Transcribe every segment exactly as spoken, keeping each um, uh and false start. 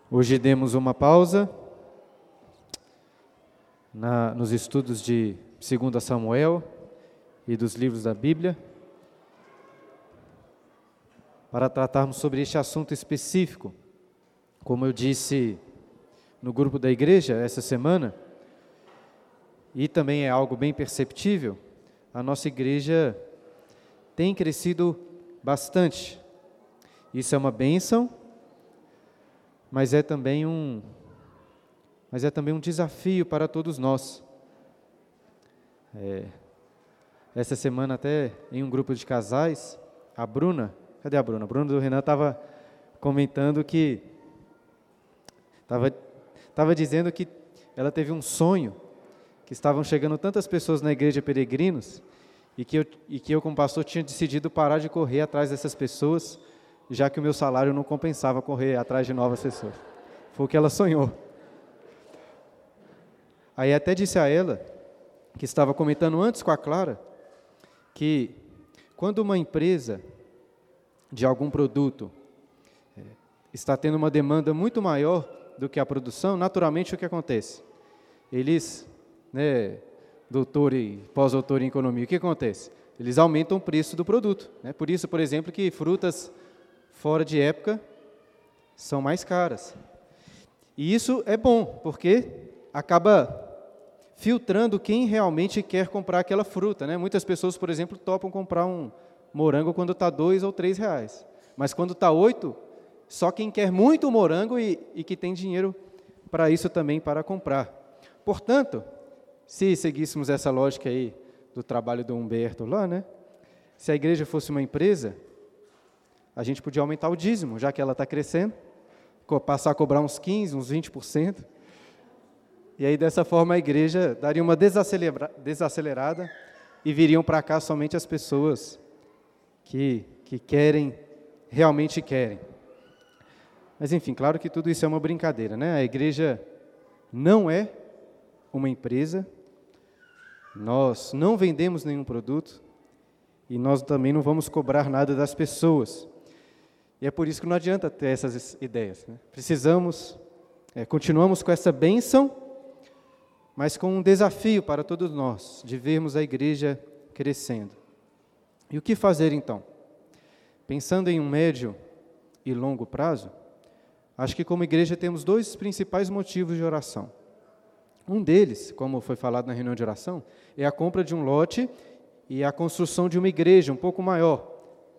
Hoje demos uma pausa na, nos estudos de Segundo Samuel e dos livros da Bíblia, para tratarmos sobre este assunto específico. Como eu disse no grupo da igreja essa semana, e também é algo bem perceptível, a nossa igreja tem crescido bastante. Isso é uma bênção, mas é também um, mas é também um desafio para todos nós. É, essa semana até em um grupo de casais, a Bruna, cadê a Bruna? A Bruna do Renan estava comentando que, estava estava dizendo que ela teve um sonho, que estavam chegando tantas pessoas na igreja, peregrinos, e que eu, e que eu como pastor tinha decidido parar de correr atrás dessas pessoas, já que o meu salário não compensava correr atrás de novas pessoas. Foi o que ela sonhou. Aí até disse a ela, que estava comentando antes com a Clara, que quando uma empresa de algum produto é, está tendo uma demanda muito maior do que a produção, naturalmente o que acontece? Eles, né, doutor e pós-doutor em economia, o que acontece? Eles aumentam o preço do produto. Né? Por isso, por exemplo, que frutas fora de época são mais caras. E isso é bom, porque acaba filtrando quem realmente quer comprar aquela fruta. Né? Muitas pessoas, por exemplo, topam comprar um morango quando está dois ou três reais. Mas quando está oito, só quem quer muito morango e, e que tem dinheiro para isso também para comprar. Portanto, se seguíssemos essa lógica aí do trabalho do Humberto lá, né? Se a igreja fosse uma empresa, a gente podia aumentar o dízimo, já que ela está crescendo, passar a cobrar uns quinze por cento, uns vinte por cento, e aí dessa forma a igreja daria uma desacelera, desacelerada e viriam para cá somente as pessoas que, que querem, realmente querem. Mas enfim, claro que tudo isso é uma brincadeira, né? A igreja não é uma empresa, nós não vendemos nenhum produto e nós também não vamos cobrar nada das pessoas. E é por isso que não adianta ter essas ideias. Né? Precisamos, é, continuamos com essa bênção, mas com um desafio para todos nós, de vermos a igreja crescendo. E o que fazer então? Pensando em um médio e longo prazo, acho que como igreja temos dois principais motivos de oração. Um deles, como foi falado na reunião de oração, é a compra de um lote e a construção de uma igreja um pouco maior,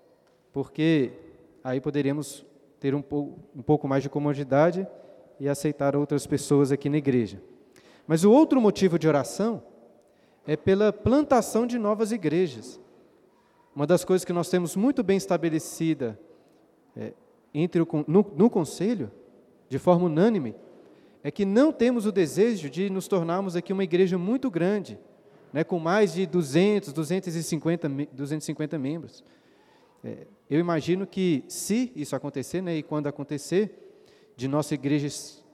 porque aí poderíamos ter um pouco, um pouco mais de comodidade e aceitar outras pessoas aqui na igreja. Mas o outro motivo de oração é pela plantação de novas igrejas. Uma das coisas que nós temos muito bem estabelecida é, entre o, no, no conselho, de forma unânime, é que não temos o desejo de nos tornarmos aqui uma igreja muito grande, né, com mais de duzentos, duzentos e cinquenta, duzentos e cinquenta membros. É, eu imagino que, se isso acontecer, né, e quando acontecer, de nossa igreja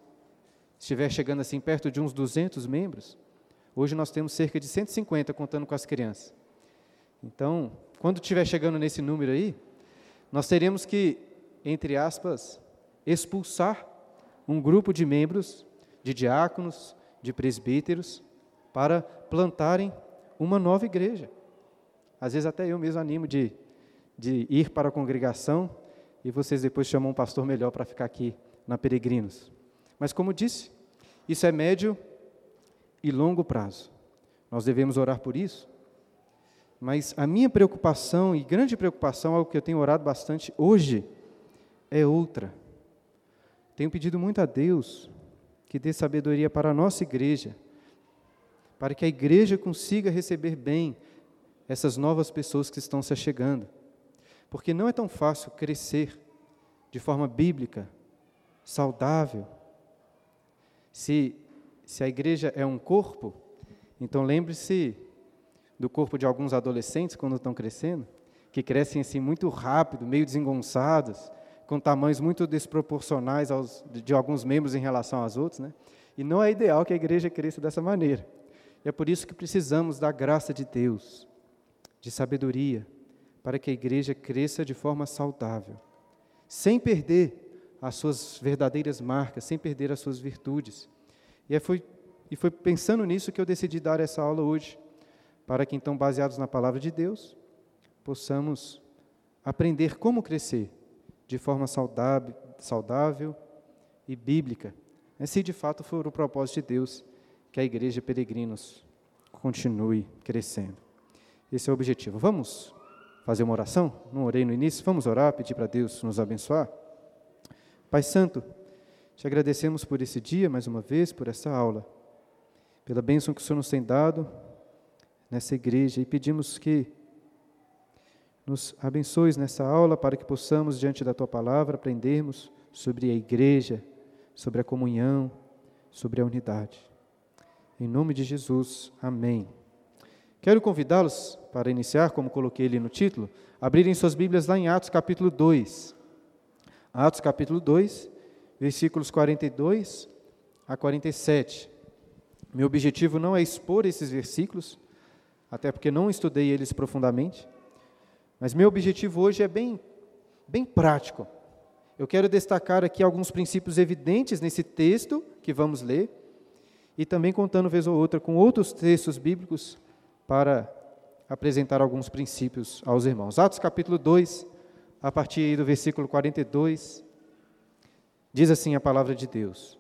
estiver chegando assim perto de uns duzentos membros, hoje nós temos cerca de cento e cinquenta, contando com as crianças. Então, quando estiver chegando nesse número aí, nós teremos que, entre aspas, expulsar um grupo de membros, de diáconos, de presbíteros, para plantarem uma nova igreja. Às vezes até eu mesmo animo de, de ir para a congregação e vocês depois chamam um pastor melhor para ficar aqui na Peregrinos. Mas como disse, isso é médio e longo prazo. Nós devemos orar por isso. Mas a minha preocupação, e grande preocupação, algo que eu tenho orado bastante hoje, é outra. Tenho pedido muito a Deus que dê sabedoria para a nossa igreja, para que a igreja consiga receber bem essas novas pessoas que estão se achegando. Porque não é tão fácil crescer de forma bíblica, saudável. Se, se a igreja é um corpo, então lembre-se do corpo de alguns adolescentes quando estão crescendo, que crescem assim muito rápido, meio desengonçados, com tamanhos muito desproporcionais aos, de alguns membros em relação aos outros, né? E não é ideal que a igreja cresça dessa maneira. E é por isso que precisamos da graça de Deus, de sabedoria, para que a igreja cresça de forma saudável, sem perder as suas verdadeiras marcas, sem perder as suas virtudes. E é foi, e foi pensando nisso que eu decidi dar essa aula hoje, para que então, baseados na palavra de Deus, possamos aprender como crescer de forma saudável, saudável e bíblica, se de fato for o propósito de Deus, que a Igreja Peregrinos continue crescendo. Esse é o objetivo. Vamos fazer uma oração? Não orei no início? Vamos orar, pedir para Deus nos abençoar? Pai Santo, te agradecemos por esse dia, mais uma vez, por essa aula, pela bênção que o Senhor nos tem dado nessa igreja, e pedimos que nos abençoes nessa aula para que possamos, diante da Tua palavra, aprendermos sobre a igreja, sobre a comunhão, sobre a unidade. Em nome de Jesus, amém. Quero convidá-los, para iniciar, como coloquei ali no título, abrirem suas Bíblias lá em Atos capítulo dois. Atos capítulo dois, versículos quarenta e dois a quarenta e sete. Meu objetivo não é expor esses versículos, até porque não estudei eles profundamente, mas meu objetivo hoje é bem, bem prático. Eu quero destacar aqui alguns princípios evidentes nesse texto que vamos ler, e também contando vez ou outra com outros textos bíblicos para apresentar alguns princípios aos irmãos. Atos capítulo dois, a partir aí do versículo quarenta e dois, diz assim a palavra de Deus: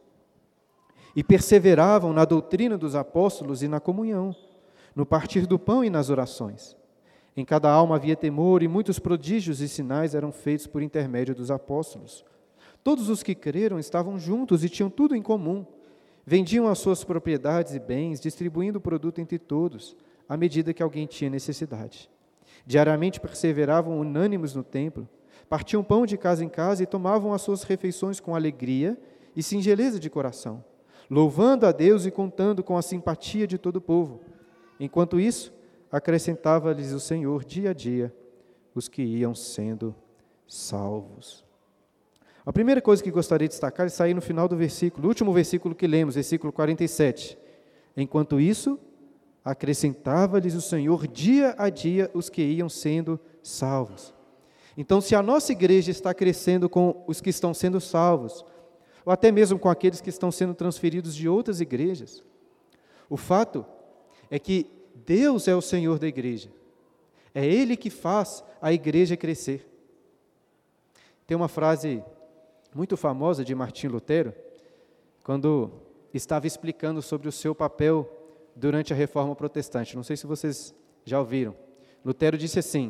E perseveravam na doutrina dos apóstolos e na comunhão, no partir do pão e nas orações. Em cada alma havia temor, e muitos prodígios e sinais eram feitos por intermédio dos apóstolos. Todos os que creram estavam juntos e tinham tudo em comum. Vendiam as suas propriedades e bens, distribuindo o produto entre todos, à medida que alguém tinha necessidade. Diariamente perseveravam unânimes no templo, partiam pão de casa em casa e tomavam as suas refeições com alegria e singeleza de coração, louvando a Deus e contando com a simpatia de todo o povo. Enquanto isso, acrescentava-lhes o Senhor dia a dia os que iam sendo salvos. A primeira coisa que gostaria de destacar está aí no final do versículo, o último versículo que lemos, versículo quarenta e sete. Enquanto isso, acrescentava-lhes o Senhor dia a dia os que iam sendo salvos. Então, se a nossa igreja está crescendo com os que estão sendo salvos, ou até mesmo com aqueles que estão sendo transferidos de outras igrejas, o fato é que Deus é o Senhor da igreja. É Ele que faz a igreja crescer. Tem uma frase muito famosa de Martim Lutero, quando estava explicando sobre o seu papel durante a Reforma Protestante. Não sei se vocês já ouviram. Lutero disse assim: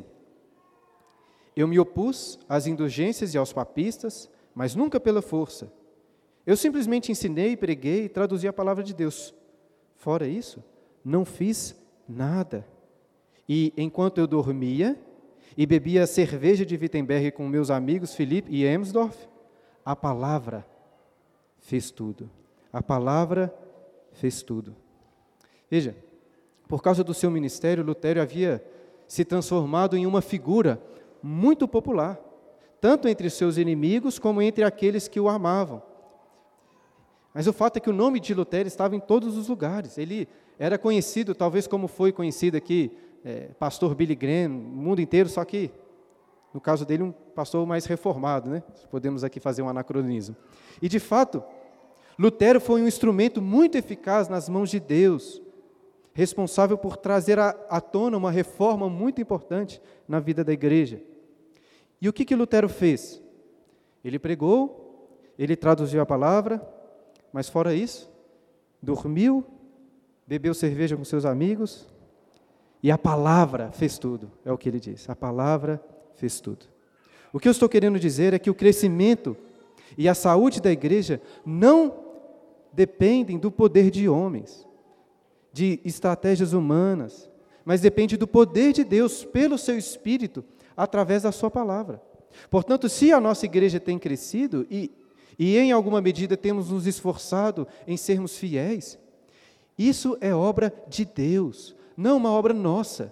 Eu me opus às indulgências e aos papistas, mas nunca pela força. Eu simplesmente ensinei, preguei e traduzi a palavra de Deus. Fora isso, não fiz nada. E enquanto eu dormia e bebia cerveja de Wittenberg com meus amigos Filipe e Emsdorf, a palavra fez tudo. A palavra fez tudo. Veja, por causa do seu ministério, Lutero havia se transformado em uma figura muito popular, tanto entre seus inimigos como entre aqueles que o amavam. Mas o fato é que o nome de Lutero estava em todos os lugares. Ele era conhecido, talvez como foi conhecido aqui, é, pastor Billy Graham, no mundo inteiro, só que, no caso dele, um pastor mais reformado, né? Podemos aqui fazer um anacronismo. E, de fato, Lutero foi um instrumento muito eficaz nas mãos de Deus, responsável por trazer à, à tona uma reforma muito importante na vida da igreja. E o que que Lutero fez? Ele pregou, ele traduziu a palavra, mas fora isso, dormiu, bebeu cerveja com seus amigos, e a palavra fez tudo, é o que ele diz, a palavra fez tudo. O que eu estou querendo dizer é que o crescimento e a saúde da igreja não dependem do poder de homens, de estratégias humanas, mas depende do poder de Deus, pelo seu Espírito, através da sua palavra. Portanto, se a nossa igreja tem crescido, e, e em alguma medida temos nos esforçado em sermos fiéis, isso é obra de Deus, não uma obra nossa.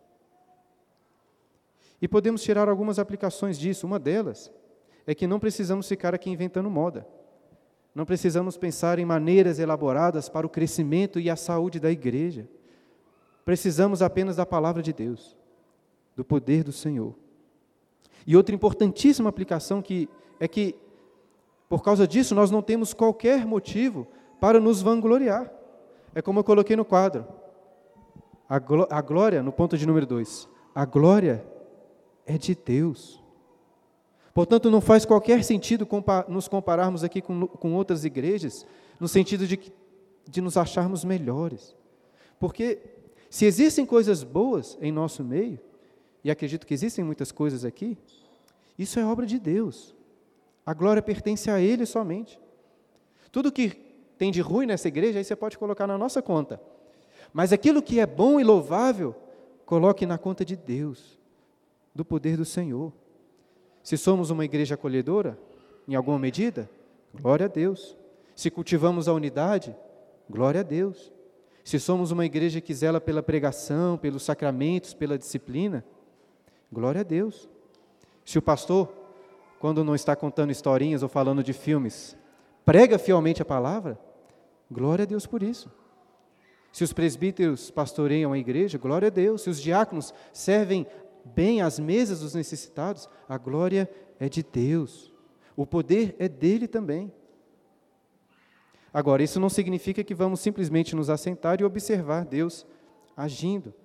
E podemos tirar algumas aplicações disso. Uma delas é que não precisamos ficar aqui inventando moda. Não precisamos pensar em maneiras elaboradas para o crescimento e a saúde da igreja. Precisamos apenas da palavra de Deus, do poder do Senhor. E outra importantíssima aplicação que, é que Por causa disso, nós não temos qualquer motivo para nos vangloriar. É como eu coloquei no quadro. A, gló- a glória, no ponto de número dois, a glória é de Deus. Portanto, não faz qualquer sentido compa- nos compararmos aqui com, com outras igrejas, no sentido de, que, de nos acharmos melhores. Porque se existem coisas boas em nosso meio, e acredito que existem muitas coisas aqui, isso é obra de Deus. A glória pertence a Ele somente. Tudo que tem de ruim nessa igreja, aí você pode colocar na nossa conta. Mas aquilo que é bom e louvável, coloque na conta de Deus, do poder do Senhor. Se somos uma igreja acolhedora, em alguma medida, glória a Deus. Se cultivamos a unidade, glória a Deus. Se somos uma igreja que zela pela pregação, pelos sacramentos, pela disciplina, glória a Deus. Se o pastor, quando não está contando historinhas ou falando de filmes, prega fielmente a palavra, glória a Deus por isso. Se os presbíteros pastoreiam a igreja, glória a Deus. Se os diáconos servem bem às mesas dos necessitados, a glória é de Deus. O poder é dele também. Agora, isso não significa que vamos simplesmente nos assentar e observar Deus agindo.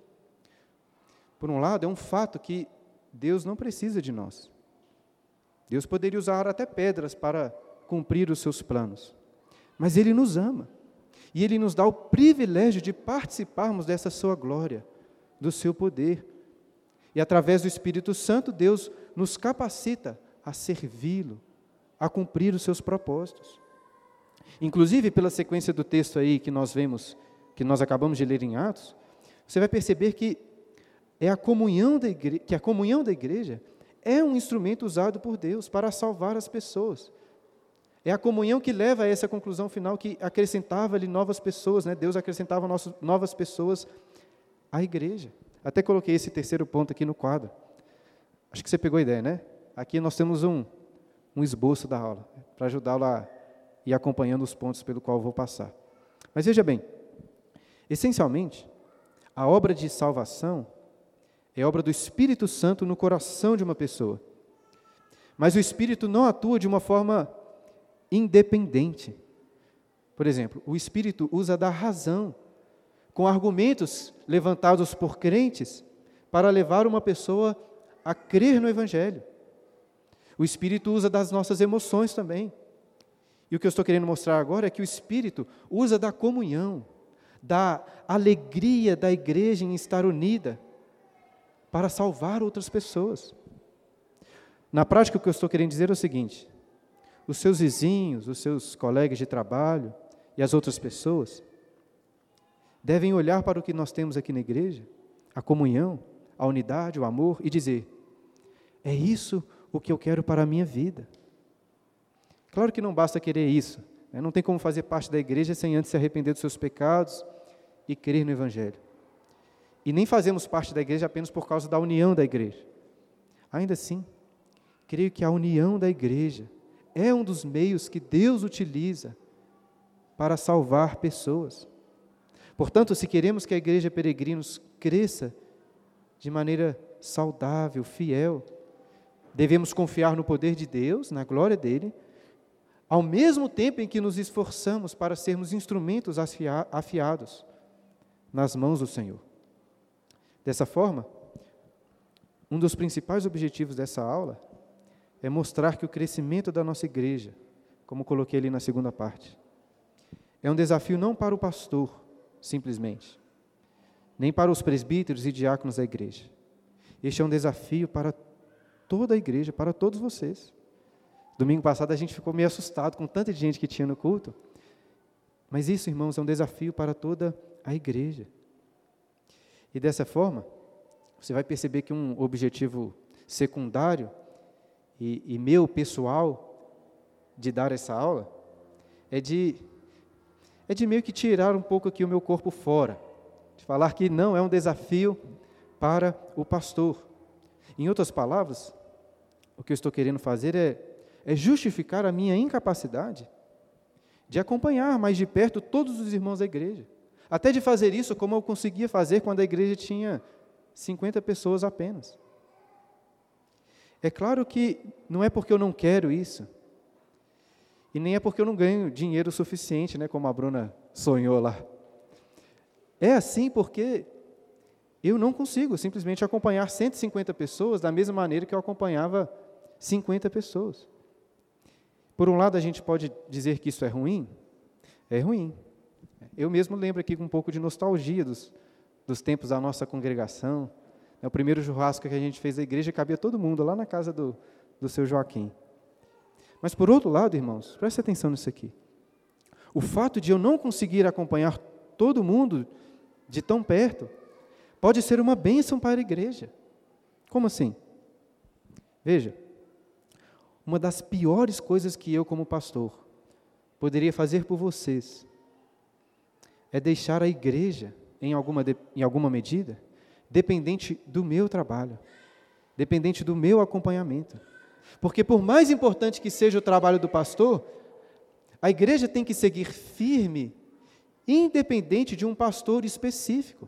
Por um lado, é um fato que Deus não precisa de nós. Deus poderia usar até pedras para cumprir os seus planos. Mas Ele nos ama. E Ele nos dá o privilégio de participarmos dessa sua glória, do seu poder. E através do Espírito Santo, Deus nos capacita a servi-lo, a cumprir os seus propósitos. Inclusive, pela sequência do texto aí que nós vemos, que nós acabamos de ler em Atos, você vai perceber que, é a comunhão da igreja, que a comunhão da igreja é um instrumento usado por Deus para salvar as pessoas. É a comunhão que leva a essa conclusão final, que acrescentava-lhe novas pessoas, né? Deus acrescentava nossas, novas pessoas à igreja. Até coloquei esse terceiro ponto aqui no quadro. Acho que você pegou a ideia, né? Aqui nós temos um, um esboço da aula, para ajudá-lo a ir acompanhando os pontos pelo qual eu vou passar. Mas veja bem, essencialmente, a obra de salvação é obra do Espírito Santo no coração de uma pessoa. Mas o Espírito não atua de uma forma independente. Por exemplo, o Espírito usa da razão, com argumentos levantados por crentes, para levar uma pessoa a crer no Evangelho. O Espírito usa das nossas emoções também. E o que eu estou querendo mostrar agora é que o Espírito usa da comunhão, da alegria da igreja em estar unida, para salvar outras pessoas. Na prática, o que eu estou querendo dizer é o seguinte: os seus vizinhos, os seus colegas de trabalho e as outras pessoas devem olhar para o que nós temos aqui na igreja, a comunhão, a unidade, o amor, e dizer: é isso o que eu quero para a minha vida. Claro que não basta querer isso, né? Não tem como fazer parte da igreja sem antes se arrepender dos seus pecados e crer no Evangelho. E nem fazemos parte da igreja apenas por causa da união da igreja. Ainda assim, creio que a união da igreja é um dos meios que Deus utiliza para salvar pessoas. Portanto, se queremos que a igreja Peregrinos cresça de maneira saudável, fiel, devemos confiar no poder de Deus, na glória dele, ao mesmo tempo em que nos esforçamos para sermos instrumentos afia- afiados nas mãos do Senhor. Dessa forma, um dos principais objetivos dessa aula é mostrar que o crescimento da nossa igreja, como coloquei ali na segunda parte, é um desafio não para o pastor, simplesmente, nem para os presbíteros e diáconos da igreja. Este é um desafio para toda a igreja, para todos vocês. Domingo passado a gente ficou meio assustado com tanta gente que tinha no culto, mas isso, irmãos, é um desafio para toda a igreja. E dessa forma, você vai perceber que um objetivo secundário e, e meu, pessoal, de dar essa aula, é de, é de meio que tirar um pouco aqui o meu corpo fora, de falar que não é um desafio para o pastor. Em outras palavras, o que eu estou querendo fazer é, é justificar a minha incapacidade de acompanhar mais de perto todos os irmãos da igreja. Até de fazer isso como eu conseguia fazer quando a igreja tinha cinquenta pessoas apenas. É claro que não é porque eu não quero isso, E nem é porque eu não ganho dinheiro suficiente, né, como a Bruna sonhou lá. É assim porque eu não consigo simplesmente acompanhar cento e cinquenta pessoas da mesma maneira que eu acompanhava cinquenta pessoas. Por um lado, a gente pode dizer que isso é ruim? É ruim. Eu mesmo lembro aqui com um pouco de nostalgia dos, dos tempos da nossa congregação. O primeiro churrasco que a gente fez da igreja cabia todo mundo lá na casa do, do seu Joaquim. Mas, por outro lado, irmãos, preste atenção nisso aqui. O fato de eu não conseguir acompanhar todo mundo de tão perto pode ser uma bênção para a igreja. Como assim? Veja, uma das piores coisas que eu, como pastor, poderia fazer por vocês é deixar a igreja, em alguma, em alguma medida, dependente do meu trabalho, dependente do meu acompanhamento. Porque por mais importante que seja o trabalho do pastor, a igreja tem que seguir firme, independente de um pastor específico.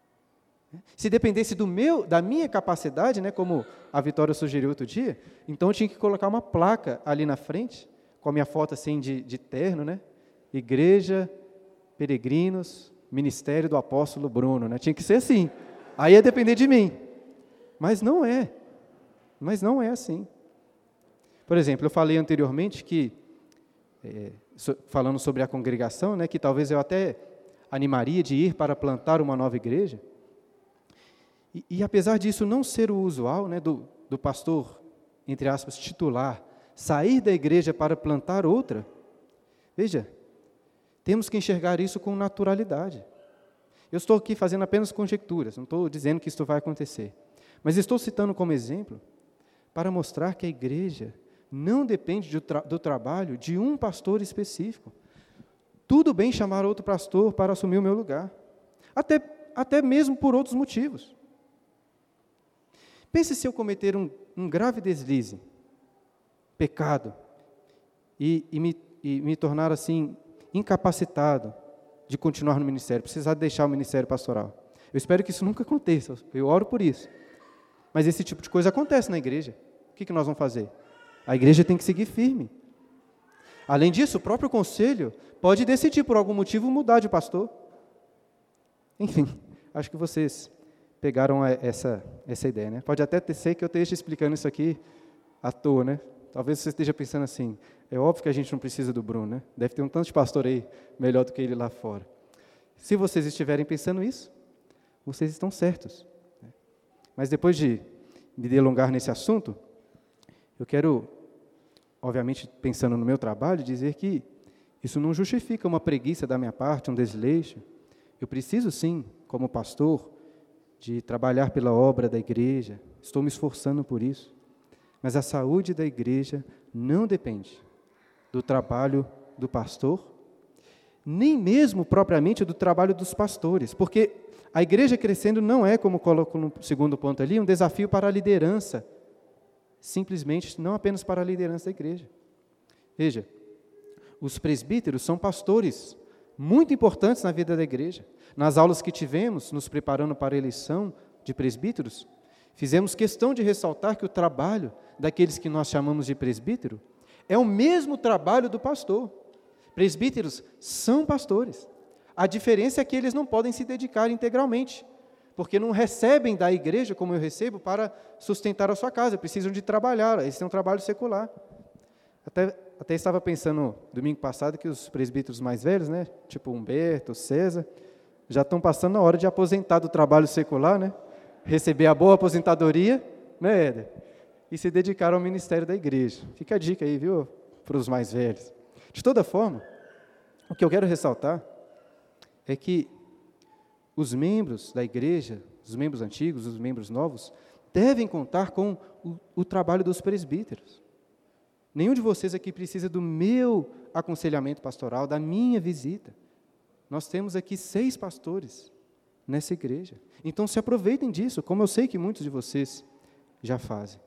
Se dependesse do meu, da minha capacidade, né, como a Vitória sugeriu outro dia, então eu tinha que colocar uma placa ali na frente, com a minha foto assim de, de terno, né? Igreja, Peregrinos, Ministério do Apóstolo Bruno, né? Tinha que ser assim. Aí ia depender de mim. Mas não é. Mas não é assim. Por exemplo, eu falei anteriormente que, é, so, falando sobre a congregação, né, que talvez eu até animaria de ir para plantar uma nova igreja. E, e apesar disso não ser o usual, né, do, do pastor, entre aspas, titular, sair da igreja para plantar outra, veja, temos que enxergar isso com naturalidade. Eu estou aqui fazendo apenas conjecturas, não estou dizendo que isso vai acontecer. Mas estou citando como exemplo para mostrar que a igreja não depende do, tra- do trabalho de um pastor específico. Tudo bem chamar outro pastor para assumir o meu lugar, até, até mesmo por outros motivos. Pense se eu cometer um, um grave deslize, pecado, e, e, me, e me tornar assim incapacitado de continuar no ministério, precisar deixar o ministério pastoral. Eu espero que isso nunca aconteça, eu oro por isso. Mas esse tipo de coisa acontece na igreja. O que, que nós vamos fazer? A igreja tem que seguir firme. Além disso, o próprio conselho pode decidir, por algum motivo, mudar de pastor. Enfim, acho que vocês pegaram essa, essa ideia, né? Pode até ser que eu esteja explicando isso aqui à toa, né? Talvez você esteja pensando assim, é óbvio que a gente não precisa do Bruno, né? Deve ter um tanto de pastor aí, melhor do que ele lá fora. Se vocês estiverem pensando isso, vocês estão certos. Mas depois de me delongar nesse assunto, eu quero, obviamente, pensando no meu trabalho, dizer que isso não justifica uma preguiça da minha parte, um desleixo. Eu preciso, sim, como pastor, de trabalhar pela obra da igreja, estou me esforçando por isso. Mas a saúde da igreja não depende do trabalho do pastor, nem mesmo propriamente do trabalho dos pastores, porque a igreja crescendo não é, como coloco no segundo ponto ali, um desafio para a liderança, simplesmente não apenas para a liderança da igreja. Veja, os presbíteros são pastores muito importantes na vida da igreja. Nas aulas que tivemos, nos preparando para a eleição de presbíteros, fizemos questão de ressaltar que o trabalho daqueles que nós chamamos de presbítero é o mesmo trabalho do pastor. Presbíteros são pastores. A diferença é que eles não podem se dedicar integralmente, porque não recebem da igreja, como eu recebo, para sustentar a sua casa, precisam de trabalhar, esse é um trabalho secular. Até, até estava pensando, domingo passado, que os presbíteros mais velhos, né, tipo Humberto, César, já estão passando a hora de aposentar do trabalho secular, né, receber a boa aposentadoria, né, Éder? E se dedicar ao ministério da igreja. Fica a dica aí, viu, para os mais velhos. De toda forma, o que eu quero ressaltar é que os membros da igreja, os membros antigos, os membros novos, devem contar com o, o trabalho dos presbíteros. Nenhum de vocês aqui precisa do meu aconselhamento pastoral, da minha visita. Nós temos aqui seis pastores nessa igreja. Então, se aproveitem disso, como eu sei que muitos de vocês já fazem.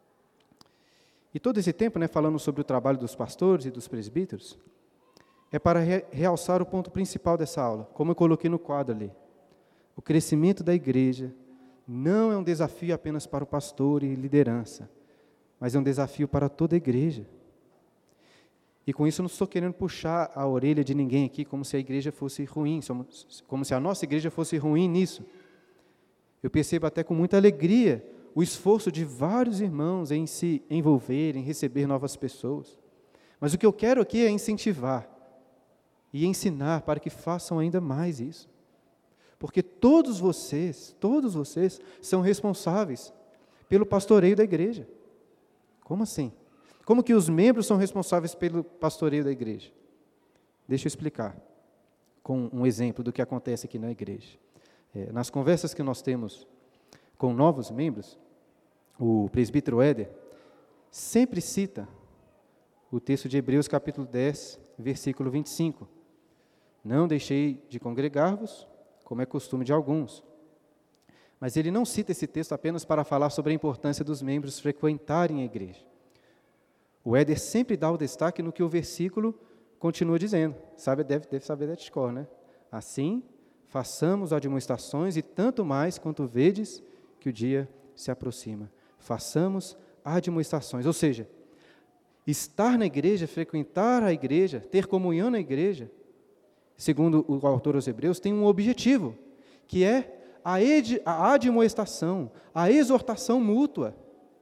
E todo esse tempo, né, falando sobre o trabalho dos pastores e dos presbíteros, é para re- realçar o ponto principal dessa aula, como eu coloquei no quadro ali. O crescimento da igreja não é um desafio apenas para o pastor e liderança, mas é um desafio para toda a igreja. E com isso não estou querendo puxar a orelha de ninguém aqui como se a igreja fosse ruim, como se a nossa igreja fosse ruim nisso. Eu percebo até com muita alegria o esforço de vários irmãos em se envolverem, em receber novas pessoas. Mas o que eu quero aqui é incentivar e ensinar para que façam ainda mais isso. Porque todos vocês, todos vocês são responsáveis pelo pastoreio da igreja. Como assim? Como que os membros são responsáveis pelo pastoreio da igreja? Deixa eu explicar com um exemplo do que acontece aqui na igreja. É, nas conversas que nós temos com novos membros, o presbítero Éder sempre cita o texto de Hebreus capítulo dez, versículo vinte e cinco. Não deixei de congregar-vos, como é costume de alguns. Mas ele não cita esse texto apenas para falar sobre a importância dos membros frequentarem a igreja. O Éder sempre dá o destaque no que o versículo continua dizendo. Sabe, deve, deve saber da cor, né? Assim, façamos admoestações, e tanto mais quanto vedes que o dia se aproxima. Façamos admoestações. Ou seja, estar na igreja, frequentar a igreja, ter comunhão na igreja, segundo o autor aos Hebreus, tem um objetivo, que é a, ed, a admoestação, a exortação mútua.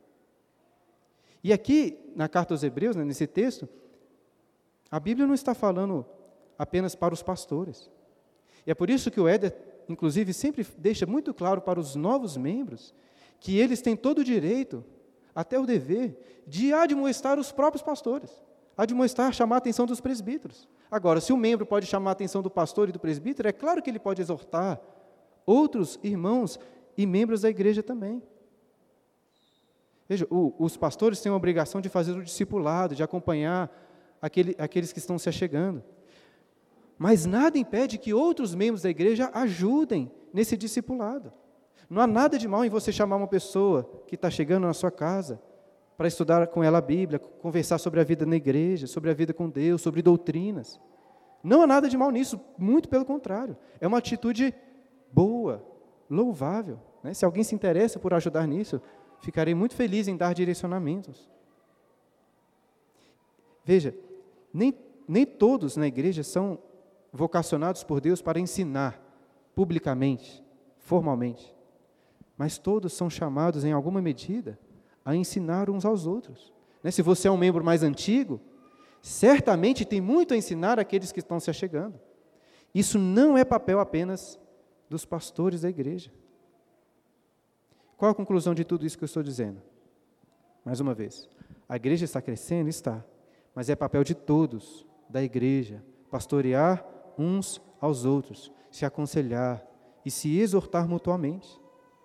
E aqui, na carta aos Hebreus, né, nesse texto, a Bíblia não está falando apenas para os pastores. E é por isso que o Éder, inclusive, sempre deixa muito claro para os novos membros que eles têm todo o direito, até o dever, de admoestar os próprios pastores, admoestar, chamar a atenção dos presbíteros. Agora, se o membro pode chamar a atenção do pastor e do presbítero, é claro que ele pode exortar outros irmãos e membros da igreja também. Veja, o, os pastores têm a obrigação de fazer o discipulado, de acompanhar aquele, aqueles que estão se achegando. Mas nada impede que outros membros da igreja ajudem nesse discipulado. Não há nada de mal em você chamar uma pessoa que está chegando na sua casa para estudar com ela a Bíblia, conversar sobre a vida na igreja, sobre a vida com Deus, sobre doutrinas. Não há nada de mal nisso, muito pelo contrário. É uma atitude boa, louvável, né? Se alguém se interessa por ajudar nisso, ficarei muito feliz em dar direcionamentos. Veja, nem, nem todos na igreja são vocacionados por Deus para ensinar publicamente, formalmente, mas todos são chamados, em alguma medida, a ensinar uns aos outros. Né? Se você é um membro mais antigo, certamente tem muito a ensinar aqueles que estão se achegando. Isso não é papel apenas dos pastores da igreja. Qual a conclusão de tudo isso que eu estou dizendo? Mais uma vez, a igreja está crescendo? Está. Mas é papel de todos, da igreja, pastorear uns aos outros, se aconselhar e se exortar mutuamente.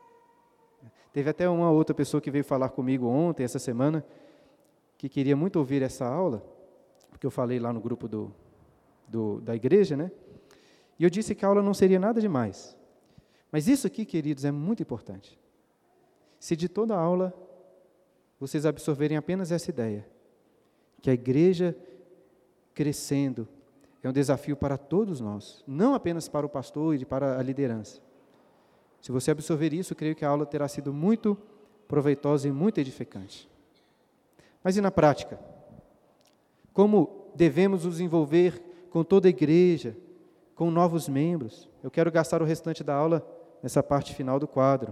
Teve até uma outra pessoa que veio falar comigo ontem, essa semana, que queria muito ouvir essa aula, porque eu falei lá no grupo do, do, da igreja, né? E eu disse que a aula não seria nada demais. Mas isso aqui, queridos, é muito importante. Se de toda a aula vocês absorverem apenas essa ideia, que a igreja crescendo é um desafio para todos nós, não apenas para o pastor e para a liderança. Se você absorver isso, creio que a aula terá sido muito proveitosa e muito edificante. Mas e na prática? Como devemos nos envolver com toda a igreja, com novos membros? Eu quero gastar o restante da aula nessa parte final do quadro,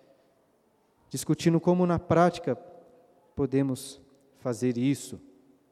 discutindo como na prática podemos fazer isso.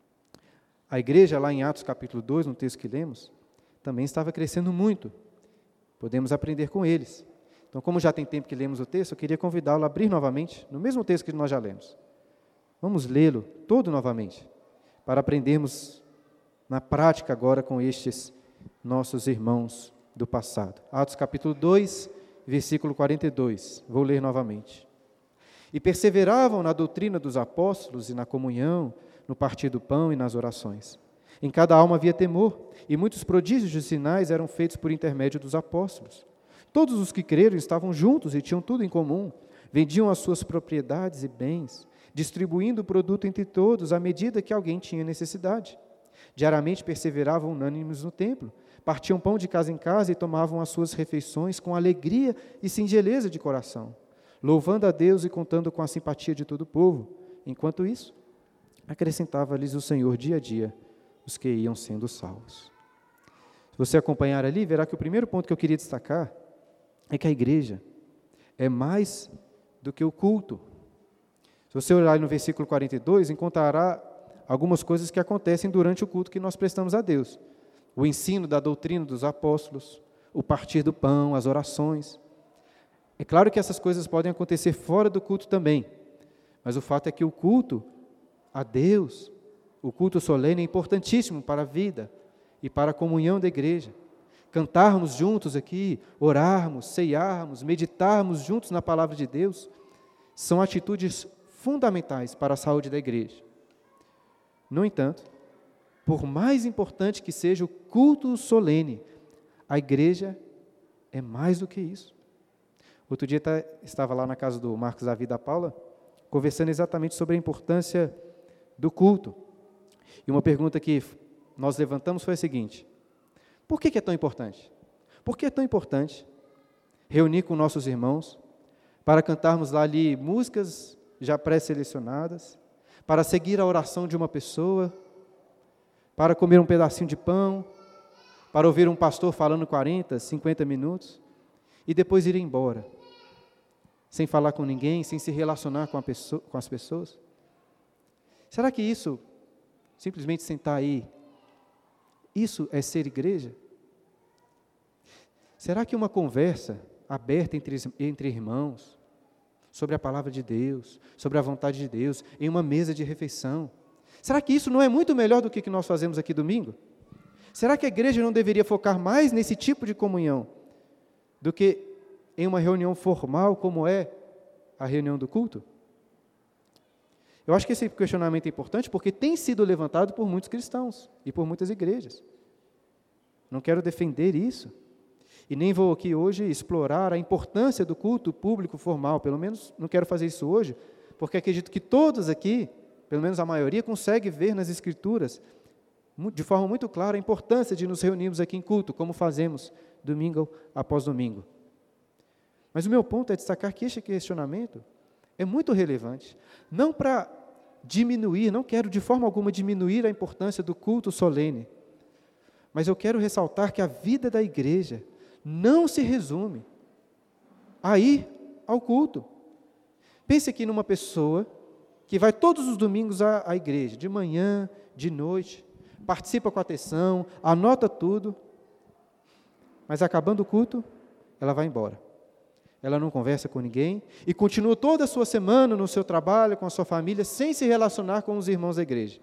A igreja, lá em Atos capítulo dois, no texto que lemos, também estava crescendo muito. Podemos aprender com eles. Então, como já tem tempo que lemos o texto, eu queria convidá-lo a abrir novamente, no mesmo texto que nós já lemos. Vamos lê-lo todo novamente, para aprendermos na prática agora com estes nossos irmãos do passado. Atos capítulo dois, versículo quarenta e dois. Vou ler novamente. E perseveravam na doutrina dos apóstolos e na comunhão, no partir do pão e nas orações. Em cada alma havia temor, e muitos prodígios e sinais eram feitos por intermédio dos apóstolos. Todos os que creram estavam juntos e tinham tudo em comum. Vendiam as suas propriedades e bens, distribuindo o produto entre todos à medida que alguém tinha necessidade. Diariamente perseveravam unânimes no templo, partiam pão de casa em casa e tomavam as suas refeições com alegria e singeleza de coração, louvando a Deus e contando com a simpatia de todo o povo. Enquanto isso, acrescentava-lhes o Senhor dia a dia os que iam sendo salvos. Se você acompanhar ali, verá que o primeiro ponto que eu queria destacar é que a igreja é mais do que o culto. Se você olhar no versículo quarenta e dois, encontrará algumas coisas que acontecem durante o culto que nós prestamos a Deus. O ensino da doutrina dos apóstolos, o partir do pão, as orações. É claro que essas coisas podem acontecer fora do culto também, mas o fato é que o culto a Deus, o culto solene é importantíssimo para a vida e para a comunhão da igreja. Cantarmos juntos aqui, orarmos, ceiarmos, meditarmos juntos na palavra de Deus, são atitudes fundamentais para a saúde da igreja. No entanto, por mais importante que seja o culto solene, a igreja é mais do que isso. Outro dia tá, estava lá na casa do Marcos Davi e da Paula, conversando exatamente sobre a importância do culto. E uma pergunta que nós levantamos foi a seguinte: por que, que é tão importante? Por que é tão importante reunir com nossos irmãos para cantarmos lá ali músicas já pré-selecionadas, para seguir a oração de uma pessoa, para comer um pedacinho de pão, para ouvir um pastor falando quarenta, cinquenta minutos e depois ir embora, sem falar com ninguém, sem se relacionar com, a pessoa, com as pessoas? Será que isso, simplesmente sentar aí, isso é ser igreja? Será que uma conversa aberta entre, entre irmãos, sobre a palavra de Deus, sobre a vontade de Deus, em uma mesa de refeição, será que isso não é muito melhor do que o que nós fazemos aqui domingo? Será que a igreja não deveria focar mais nesse tipo de comunhão do que em uma reunião formal como é a reunião do culto? Eu acho que esse questionamento é importante porque tem sido levantado por muitos cristãos e por muitas igrejas. Não quero defender isso. E nem vou aqui hoje explorar a importância do culto público formal, pelo menos não quero fazer isso hoje, porque acredito que todos aqui, pelo menos a maioria, consegue ver nas Escrituras, de forma muito clara, a importância de nos reunirmos aqui em culto, como fazemos domingo após domingo. Mas o meu ponto é destacar que este questionamento é muito relevante, não para diminuir, não quero de forma alguma diminuir a importância do culto solene, mas eu quero ressaltar que a vida da igreja não se resume a ir ao culto. Pense aqui numa pessoa que vai todos os domingos à, à igreja, de manhã, de noite, participa com atenção, anota tudo, mas acabando o culto, ela vai embora. Ela não conversa com ninguém e continua toda a sua semana no seu trabalho, com a sua família, sem se relacionar com os irmãos da igreja.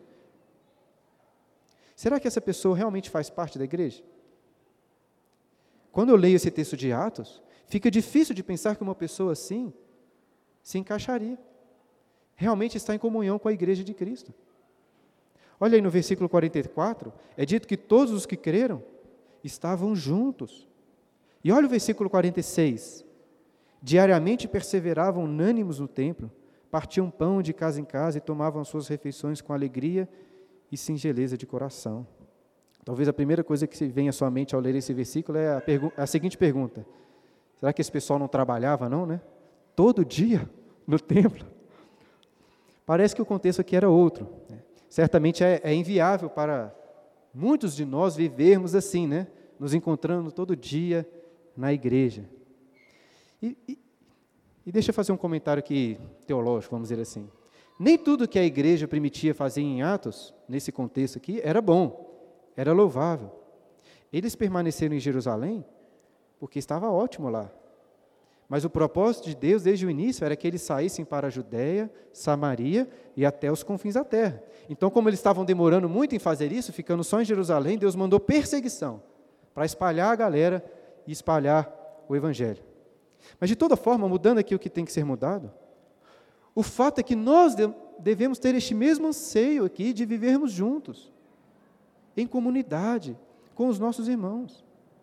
Será que essa pessoa realmente faz parte da igreja? Quando eu leio esse texto de Atos, fica difícil de pensar que uma pessoa assim se encaixaria. Realmente está em comunhão com a igreja de Cristo. Olha aí no versículo quarenta e quatro, é dito que todos os que creram estavam juntos. E olha o versículo quarenta e seis. Diariamente perseveravam unânimes no templo, partiam pão de casa em casa e tomavam suas refeições com alegria e singeleza de coração. Talvez a primeira coisa que vem à sua mente ao ler esse versículo é a, pergu- a seguinte pergunta: será que esse pessoal não trabalhava não, né? Todo dia no templo? Parece que o contexto aqui era outro, né? Certamente é, é inviável para muitos de nós vivermos assim, né? Nos encontrando todo dia na igreja. E, e, e deixa eu fazer um comentário aqui teológico, vamos dizer assim. Nem tudo que a igreja primitiva fazia em Atos, nesse contexto aqui, era bom, era louvável. Eles permaneceram em Jerusalém porque estava ótimo lá. Mas o propósito de Deus, desde o início, era que eles saíssem para a Judéia, Samaria e até os confins da terra. Então, como eles estavam demorando muito em fazer isso, ficando só em Jerusalém, Deus mandou perseguição para espalhar a galera e espalhar o Evangelho. Mas, de toda forma, mudando aqui o que tem que ser mudado, o fato é que nós devemos ter este mesmo anseio aqui de vivermos juntos, em comunidade, com os nossos irmãos.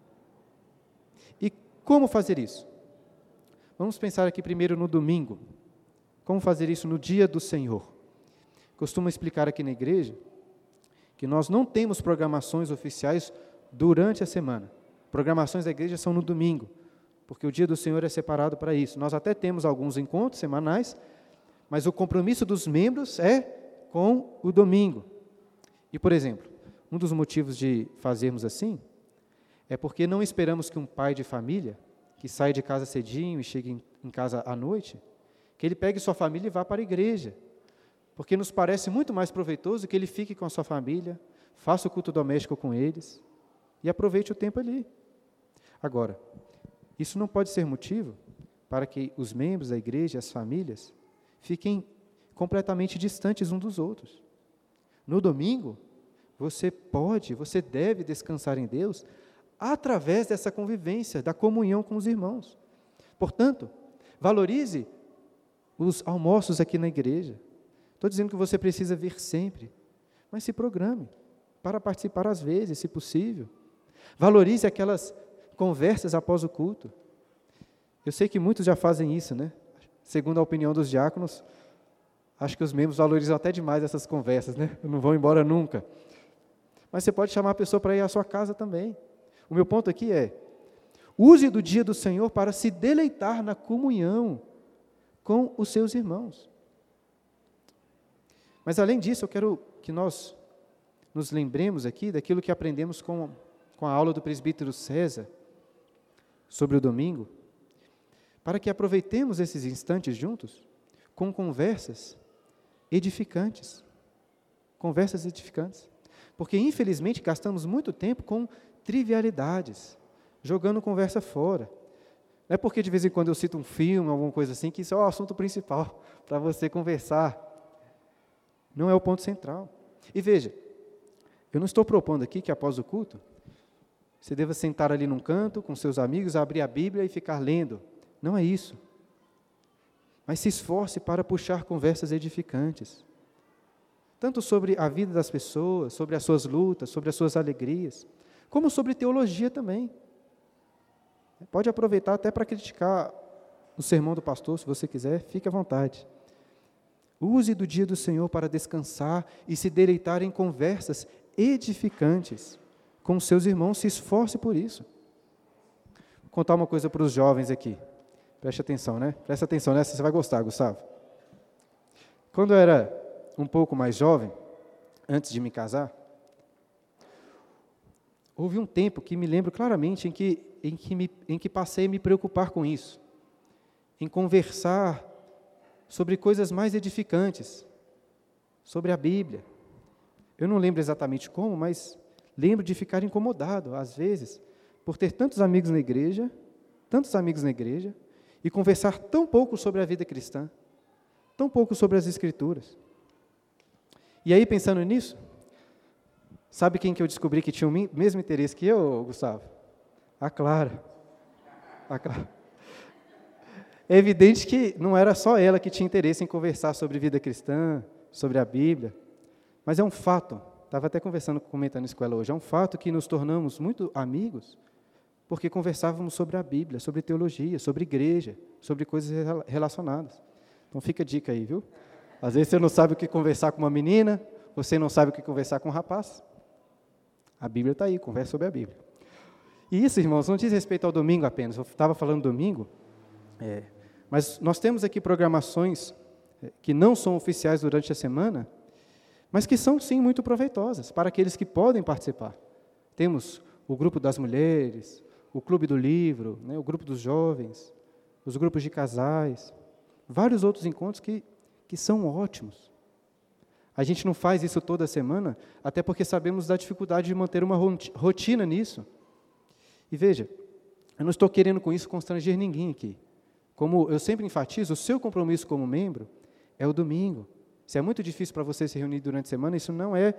E como fazer isso? Vamos pensar aqui primeiro no domingo. Como fazer isso no dia do Senhor? Costumo explicar aqui na igreja que nós não temos programações oficiais durante a semana. Programações da igreja são no domingo, porque o dia do Senhor é separado para isso. Nós até temos alguns encontros semanais, mas o compromisso dos membros é com o domingo. E, por exemplo, um dos motivos de fazermos assim é porque não esperamos que um pai de família, que sai de casa cedinho e chega em, em casa à noite, que ele pegue sua família e vá para a igreja, porque nos parece muito mais proveitoso que ele fique com a sua família, faça o culto doméstico com eles e aproveite o tempo ali. Agora, isso não pode ser motivo para que os membros da igreja, as famílias, fiquem completamente distantes uns dos outros. No domingo, você pode, você deve descansar em Deus através dessa convivência, da comunhão com os irmãos. Portanto, valorize os almoços aqui na igreja. Estou dizendo que você precisa vir sempre, mas se programe para participar às vezes, se possível. Valorize aquelas conversas após o culto. Eu sei que muitos já fazem isso, né? Segundo a opinião dos diáconos, acho que os membros valorizam até demais essas conversas, né? Não vão embora nunca. Mas você pode chamar a pessoa para ir à sua casa também. O meu ponto aqui é, use do dia do Senhor para se deleitar na comunhão com os seus irmãos. Mas além disso, eu quero que nós nos lembremos aqui daquilo que aprendemos com, com a aula do presbítero César sobre o domingo, para que aproveitemos esses instantes juntos com conversas edificantes. Conversas edificantes. Porque, infelizmente, gastamos muito tempo com trivialidades, jogando conversa fora. Não é porque de vez em quando eu cito um filme, alguma coisa assim, que isso é o assunto principal para você conversar. Não é o ponto central. E veja, eu não estou propondo aqui que após o culto, você deva sentar ali num canto com seus amigos, abrir a Bíblia e ficar lendo. Não é isso. Mas se esforce para puxar conversas edificantes. Tanto sobre a vida das pessoas, sobre as suas lutas, sobre as suas alegrias, como sobre teologia também. Pode aproveitar até para criticar o sermão do pastor, se você quiser, fique à vontade. Use do dia do Senhor para descansar e se deleitar em conversas edificantes com seus irmãos, se esforce por isso. Vou contar uma coisa para os jovens aqui. Preste atenção, né? Presta atenção nessa, você vai gostar, Gustavo. Quando eu era um pouco mais jovem, antes de me casar, houve um tempo que me lembro claramente em que, em que, me, em que passei a me preocupar com isso, em conversar sobre coisas mais edificantes, sobre a Bíblia. Eu não lembro exatamente como, mas lembro de ficar incomodado, às vezes, por ter tantos amigos na igreja, tantos amigos na igreja, e conversar tão pouco sobre a vida cristã, tão pouco sobre as Escrituras. E aí, pensando nisso, sabe quem que eu descobri que tinha o mesmo interesse que eu, Gustavo? A Clara. A Clara. É evidente que não era só ela que tinha interesse em conversar sobre vida cristã, sobre a Bíblia, mas é um fato, estava até conversando, comentando isso com ela hoje, é um fato que nos tornamos muito amigos, porque conversávamos sobre a Bíblia, sobre teologia, sobre igreja, sobre coisas relacionadas. Então fica a dica aí, viu? Às vezes você não sabe o que conversar com uma menina, você não sabe o que conversar com um rapaz. A Bíblia está aí, conversa sobre a Bíblia. E isso, irmãos, não diz respeito ao domingo apenas, eu estava falando domingo, é, mas nós temos aqui programações que não são oficiais durante a semana, mas que são, sim, muito proveitosas para aqueles que podem participar. Temos o grupo das mulheres, o clube do livro, né, o grupo dos jovens, os grupos de casais, vários outros encontros que, que são ótimos. A gente não faz isso toda semana, até porque sabemos da dificuldade de manter uma rotina nisso. E veja, eu não estou querendo com isso constranger ninguém aqui. Como eu sempre enfatizo, o seu compromisso como membro é o domingo. Se é muito difícil para você se reunir durante a semana, isso não é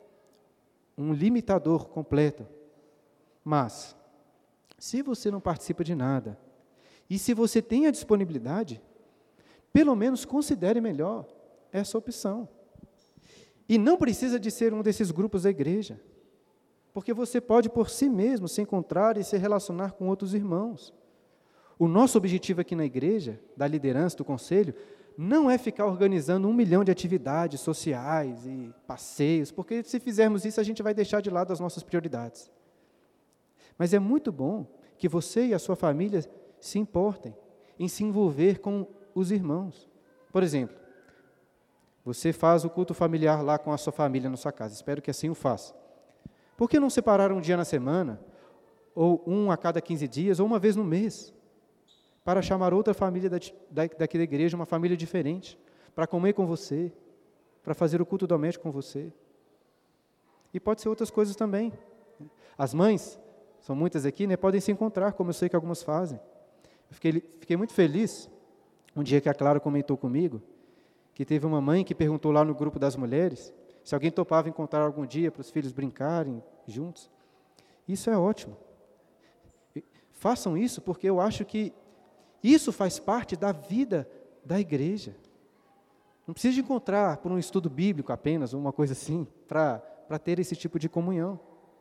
um limitador completo. Mas, se você não participa de nada, e se você tem a disponibilidade, pelo menos considere melhor essa opção. E não precisa de ser um desses grupos da igreja, porque você pode por si mesmo se encontrar e se relacionar com outros irmãos. O nosso objetivo aqui na igreja, da liderança, do conselho, não é ficar organizando um milhão de atividades sociais e passeios, porque se fizermos isso, a gente vai deixar de lado as nossas prioridades. Mas é muito bom que você e a sua família se importem em se envolver com os irmãos. Por exemplo, você faz o culto familiar lá com a sua família na sua casa, espero que assim o faça. Por que não separar um dia na semana, ou um a cada quinze dias, ou uma vez no mês, para chamar outra família da, da, daqui da igreja, uma família diferente, para comer com você, para fazer o culto doméstico com você? E pode ser outras coisas também. As mães, são muitas aqui, né, podem se encontrar, como eu sei que algumas fazem. Eu fiquei, fiquei muito feliz, um dia que a Clara comentou comigo, que teve uma mãe que perguntou lá no grupo das mulheres, se alguém topava encontrar algum dia para os filhos brincarem juntos. Isso é ótimo. Façam isso, porque eu acho que isso faz parte da vida da igreja. Não precisa de encontrar por um estudo bíblico apenas, uma coisa assim, para para ter esse tipo de comunhão.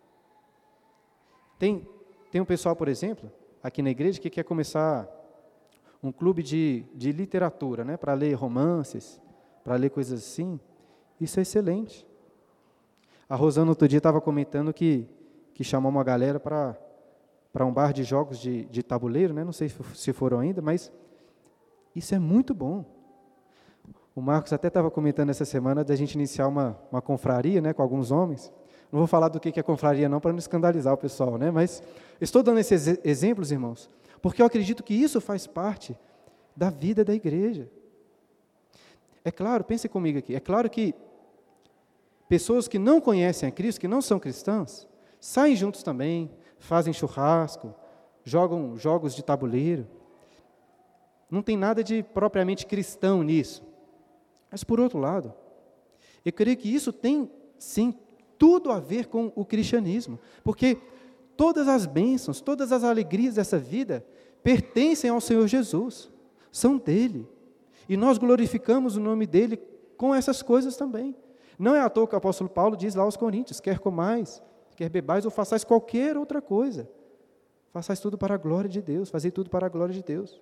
Tem, tem um pessoal, por exemplo, aqui na igreja, que quer começar um clube de, de literatura, né, para ler romances, para ler coisas assim. Isso é excelente. A Rosana, outro dia, estava comentando que, que chamou uma galera para para um bar de jogos de, de tabuleiro, né? Não sei se foram ainda, mas isso é muito bom. O Marcos até estava comentando essa semana da gente iniciar uma, uma confraria, né, com alguns homens. Não vou falar do que é confraria não, para não escandalizar o pessoal, né? Mas estou dando esses exemplos, irmãos, porque eu acredito que isso faz parte da vida da igreja. É claro, pense comigo aqui, é claro que pessoas que não conhecem a Cristo, que não são cristãs, saem juntos também, fazem churrasco, jogam jogos de tabuleiro. Não tem nada de propriamente cristão nisso. Mas, por outro lado, eu creio que isso tem, sim, tudo a ver com o cristianismo, porque todas as bênçãos, todas as alegrias dessa vida pertencem ao Senhor Jesus, são dele, e nós glorificamos o nome dele com essas coisas também. Não é à toa que o apóstolo Paulo diz lá aos Coríntios, quer comais, quer bebais ou façais qualquer outra coisa, façais tudo para a glória de Deus, fazei tudo para a glória de Deus.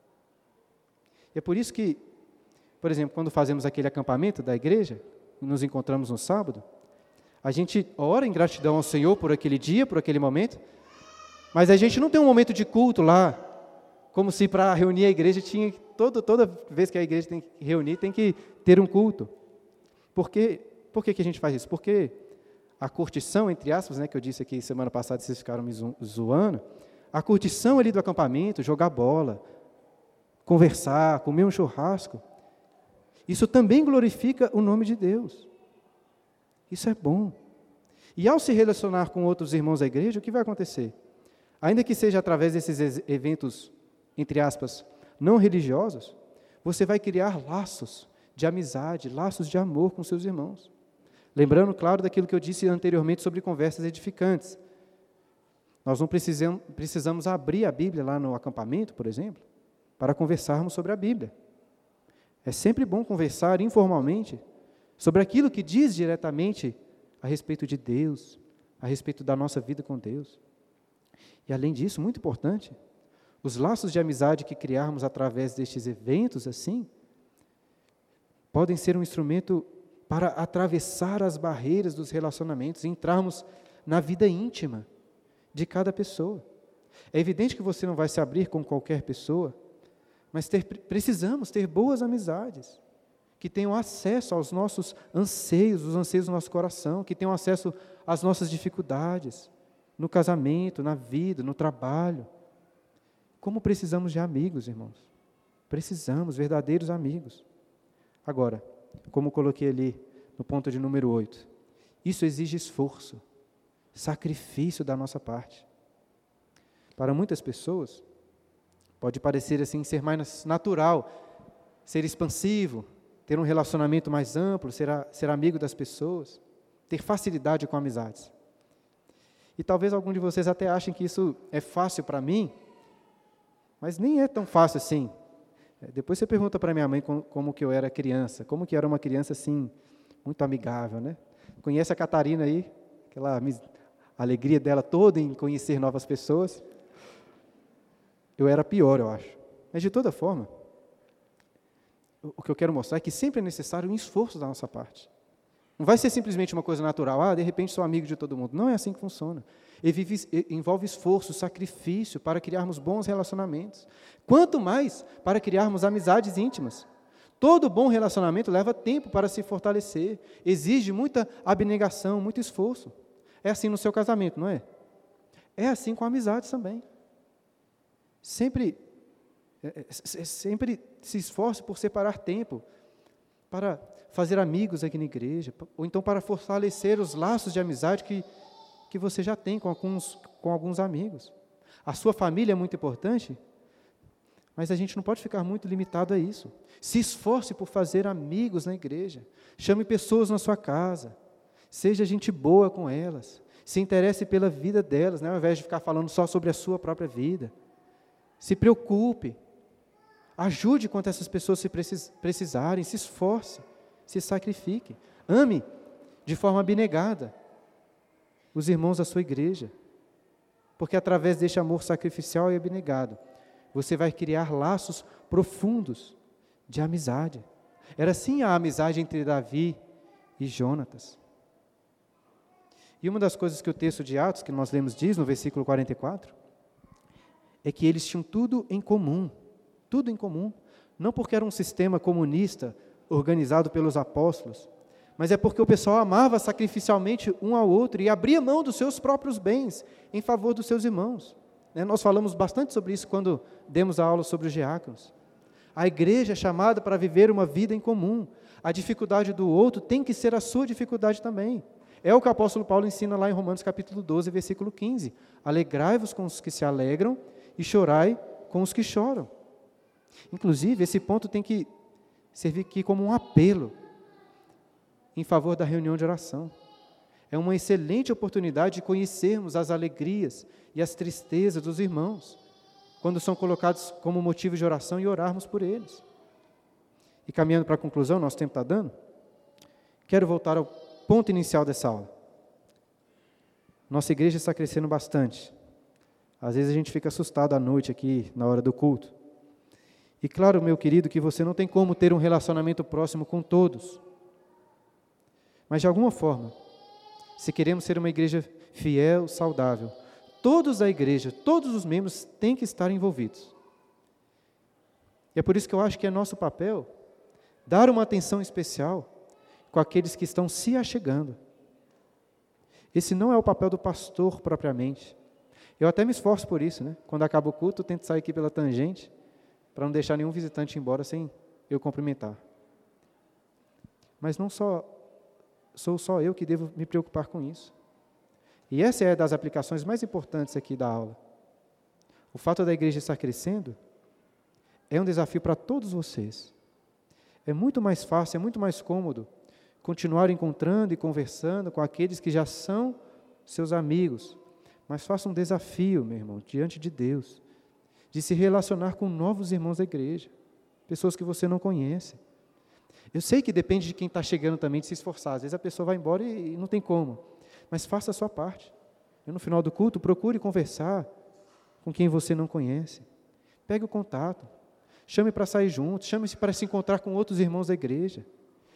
E é por isso que, por exemplo, quando fazemos aquele acampamento da igreja, nos encontramos no sábado, a gente ora em gratidão ao Senhor por aquele dia, por aquele momento, mas a gente não tem um momento de culto lá, como se para reunir a igreja tinha, todo, toda vez que a igreja tem que reunir, tem que ter um culto. Por quê? Por que que a gente faz isso? Porque a curtição, entre aspas, né, que eu disse aqui semana passada, vocês ficaram me zoando, a curtição ali do acampamento, jogar bola, conversar, comer um churrasco, isso também glorifica o nome de Deus. Isso é bom. E ao se relacionar com outros irmãos da igreja, o que vai acontecer? Ainda que seja através desses eventos, entre aspas, não religiosos, você vai criar laços de amizade, laços de amor com seus irmãos. Lembrando, claro, daquilo que eu disse anteriormente sobre conversas edificantes. Nós não precisamos, precisamos abrir a Bíblia lá no acampamento, por exemplo, para conversarmos sobre a Bíblia. É sempre bom conversar informalmente sobre aquilo que diz diretamente a respeito de Deus, a respeito da nossa vida com Deus. E além disso, muito importante, os laços de amizade que criarmos através destes eventos assim, podem ser um instrumento para atravessar as barreiras dos relacionamentos e entrarmos na vida íntima de cada pessoa. É evidente que você não vai se abrir com qualquer pessoa, mas ter, precisamos ter boas amizades, que tenham acesso aos nossos anseios, os anseios do nosso coração, que tenham acesso às nossas dificuldades, no casamento, na vida, no trabalho. Como precisamos de amigos, irmãos? Precisamos, verdadeiros amigos. Agora, como coloquei ali no ponto de número oito, isso exige esforço, sacrifício da nossa parte. Para muitas pessoas, pode parecer assim ser mais natural, ser expansivo, ter um relacionamento mais amplo, ser, a, ser amigo das pessoas, ter facilidade com amizades. E talvez algum de vocês até achem que isso é fácil para mim, mas nem é tão fácil assim. Depois você pergunta para minha mãe como, como que eu era criança, como que era uma criança assim, muito amigável, né? Conhece a Catarina aí, aquela alegria dela toda em conhecer novas pessoas. Eu era pior, eu acho. Mas de toda forma, o que eu quero mostrar é que sempre é necessário um esforço da nossa parte. Não vai ser simplesmente uma coisa natural, ah, de repente sou amigo de todo mundo. Não é assim que funciona. Envolve esforço, sacrifício para criarmos bons relacionamentos. Quanto mais para criarmos amizades íntimas. Todo bom relacionamento leva tempo para se fortalecer, exige muita abnegação, muito esforço. É assim no seu casamento, não é? É assim com amizades também. Sempre, é, sempre se esforce por separar tempo para fazer amigos aqui na igreja, ou então para fortalecer os laços de amizade que, que você já tem com alguns, com alguns amigos. A sua família é muito importante, mas a gente não pode ficar muito limitado a isso. Se esforce por fazer amigos na igreja. Chame pessoas na sua casa. Seja gente boa com elas. Se interesse pela vida delas, né, ao invés de ficar falando só sobre a sua própria vida. Se preocupe. Ajude quanto essas pessoas se precisarem. Se esforce. Se sacrifique. Ame de forma abnegada os irmãos da sua igreja. Porque através deste amor sacrificial e abnegado, você vai criar laços profundos de amizade. Era assim a amizade entre Davi e Jonatas. E uma das coisas que o texto de Atos, que nós lemos, diz no versículo quarenta e quatro, é que eles tinham tudo em comum, tudo em comum. Não porque era um sistema comunista organizado pelos apóstolos, mas é porque o pessoal amava sacrificialmente um ao outro e abria mão dos seus próprios bens em favor dos seus irmãos. Nós falamos bastante sobre isso quando demos a aula sobre os diáconos. A igreja é chamada para viver uma vida em comum. A dificuldade do outro tem que ser a sua dificuldade também. É o que o apóstolo Paulo ensina lá em Romanos capítulo doze, versículo quinze. Alegrai-vos com os que se alegram e chorai com os que choram. Inclusive, esse ponto tem que servir aqui como um apelo em favor da reunião de oração. É uma excelente oportunidade de conhecermos as alegrias e as tristezas dos irmãos, quando são colocados como motivo de oração e orarmos por eles. E caminhando para a conclusão, nosso tempo está dando, quero voltar ao ponto inicial dessa aula. Nossa igreja está crescendo bastante. Às vezes a gente fica assustado à noite aqui, na hora do culto. E claro, meu querido, que você não tem como ter um relacionamento próximo com todos. Mas de alguma forma, se queremos ser uma igreja fiel, saudável, todos da igreja, todos os membros têm que estar envolvidos. E é por isso que eu acho que é nosso papel dar uma atenção especial com aqueles que estão se achegando. Esse não é o papel do pastor propriamente. Eu até me esforço por isso, né? Quando acaba o culto, eu tento sair aqui pela tangente, para não deixar nenhum visitante ir embora sem eu cumprimentar. Mas não só, sou só eu que devo me preocupar com isso. E essa é das aplicações mais importantes aqui da aula. O fato da igreja estar crescendo é um desafio para todos vocês. É muito mais fácil, é muito mais cômodo continuar encontrando e conversando com aqueles que já são seus amigos. Mas faça um desafio, meu irmão, diante de Deus, de se relacionar com novos irmãos da igreja, pessoas que você não conhece. Eu sei que depende de quem está chegando também de se esforçar. Às vezes a pessoa vai embora e, e não tem como. Mas faça a sua parte. E no final do culto, procure conversar com quem você não conhece. Pegue o contato. Chame para sair juntos. Chame para se encontrar com outros irmãos da igreja.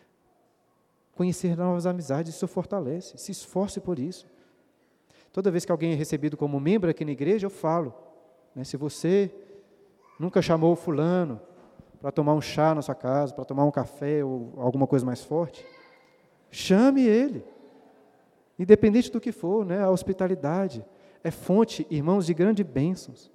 Conhecer novas amizades, isso fortalece. Se esforce por isso. Toda vez que alguém é recebido como membro aqui na igreja, eu falo, né, se você nunca chamou o fulano para tomar um chá na sua casa, para tomar um café ou alguma coisa mais forte, chame ele. Independente do que for, né, a hospitalidade é fonte, irmãos, de grandes bênçãos.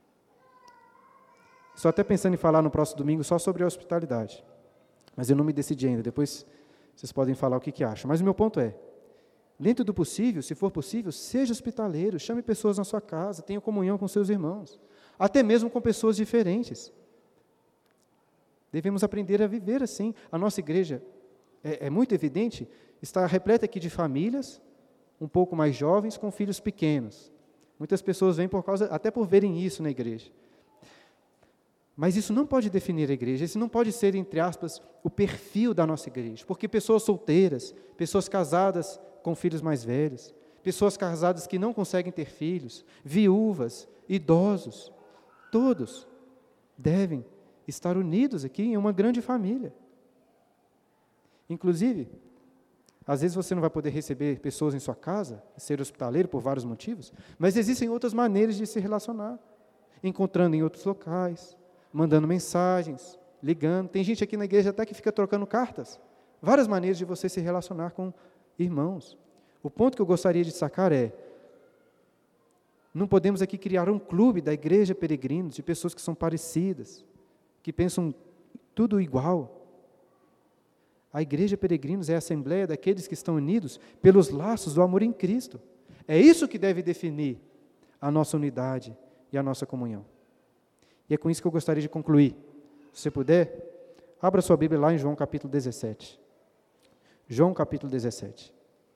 Estou até pensando em falar no próximo domingo só sobre a hospitalidade, mas eu não me decidi ainda, depois vocês podem falar o que, que acham. Mas o meu ponto é, dentro do possível, se for possível, seja hospitaleiro, chame pessoas na sua casa, tenha comunhão com seus irmãos, até mesmo com pessoas diferentes. Devemos aprender a viver assim. A nossa igreja, é, é muito evidente, está repleta aqui de famílias, um pouco mais jovens, com filhos pequenos. Muitas pessoas vêm por causa, até por verem isso na igreja. Mas isso não pode definir a igreja, isso não pode ser, entre aspas, o perfil da nossa igreja, porque pessoas solteiras, pessoas casadas com filhos mais velhos, pessoas casadas que não conseguem ter filhos, viúvas, idosos, todos devem estar unidos aqui em uma grande família. Inclusive, às vezes você não vai poder receber pessoas em sua casa, ser hospitaleiro por vários motivos, mas existem outras maneiras de se relacionar, encontrando em outros locais, mandando mensagens, ligando. Tem gente aqui na igreja até que fica trocando cartas. Várias maneiras de você se relacionar com irmãos. O ponto que eu gostaria de destacar é, não podemos aqui criar um clube da Igreja Peregrinos, de pessoas que são parecidas, que pensam tudo igual. A Igreja Peregrinos é a assembleia daqueles que estão unidos pelos laços do amor em Cristo. É isso que deve definir a nossa unidade e a nossa comunhão. E é com isso que eu gostaria de concluir. Se você puder, abra sua Bíblia lá em João capítulo dezessete. João capítulo dezessete.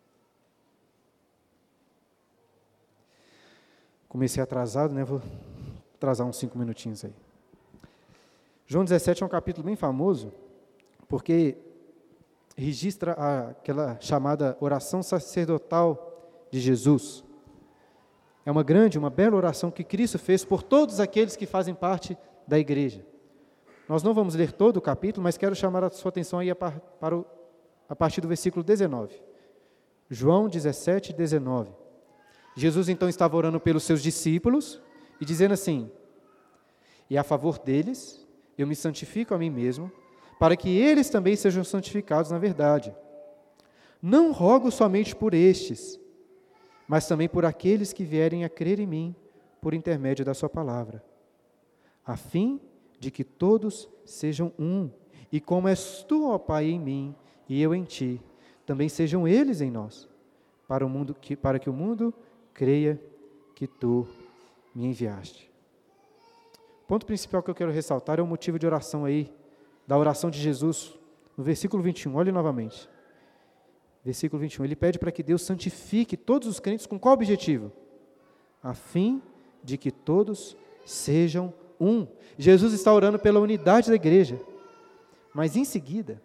Comecei atrasado, né? Vou atrasar uns cinco minutinhos aí. João dezessete é um capítulo bem famoso, porque registra a, aquela chamada oração sacerdotal de Jesus. É uma grande, uma bela oração que Cristo fez por todos aqueles que fazem parte da igreja. Nós não vamos ler todo o capítulo, mas quero chamar a sua atenção aí a, par, para o, a partir do versículo dezenove. João dezessete, dezenove. Jesus então estava orando pelos seus discípulos e dizendo assim: e a favor deles eu me santifico a mim mesmo, para que eles também sejam santificados na verdade. Não rogo somente por estes, mas também por aqueles que vierem a crer em mim, por intermédio da sua palavra, a fim de que todos sejam um, e como és tu, ó Pai, em mim, e eu em ti, também sejam eles em nós, para, o mundo que, para que o mundo creia que tu me enviaste. O ponto principal que eu quero ressaltar é o motivo de oração aí, da oração de Jesus, no versículo vinte e um, olhe novamente. Versículo vinte e um, ele pede para que Deus santifique todos os crentes com qual objetivo? A fim de que todos sejam um. Jesus está orando pela unidade da igreja, mas em seguida,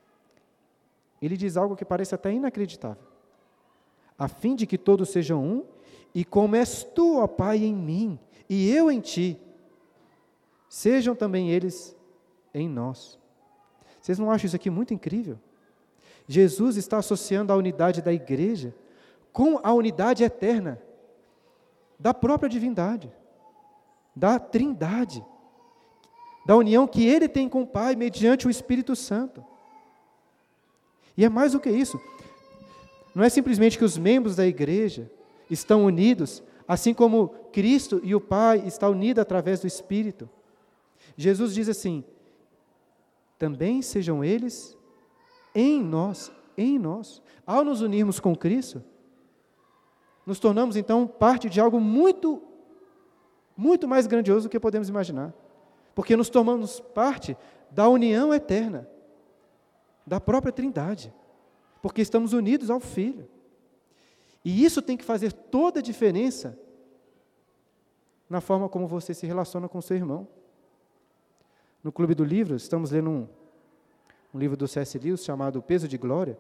ele diz algo que parece até inacreditável. A fim de que todos sejam um, e como és tu, ó Pai, em mim, e eu em ti, sejam também eles em nós. Vocês não acham isso aqui muito incrível? Jesus está associando a unidade da igreja com a unidade eterna da própria divindade, da trindade, da união que ele tem com o Pai mediante o Espírito Santo. E é mais do que isso. Não é simplesmente que os membros da igreja estão unidos, assim como Cristo e o Pai estão unidos através do Espírito. Jesus diz assim: também sejam eles em nós, em nós. Ao nos unirmos com Cristo, nos tornamos então parte de algo muito, muito mais grandioso do que podemos imaginar. Porque nos tornamos parte da união eterna, da própria Trindade. Porque estamos unidos ao Filho. E isso tem que fazer toda a diferença na forma como você se relaciona com o seu irmão. No Clube do Livro, estamos lendo um, um livro do C S Lewis chamado O Peso de Glória,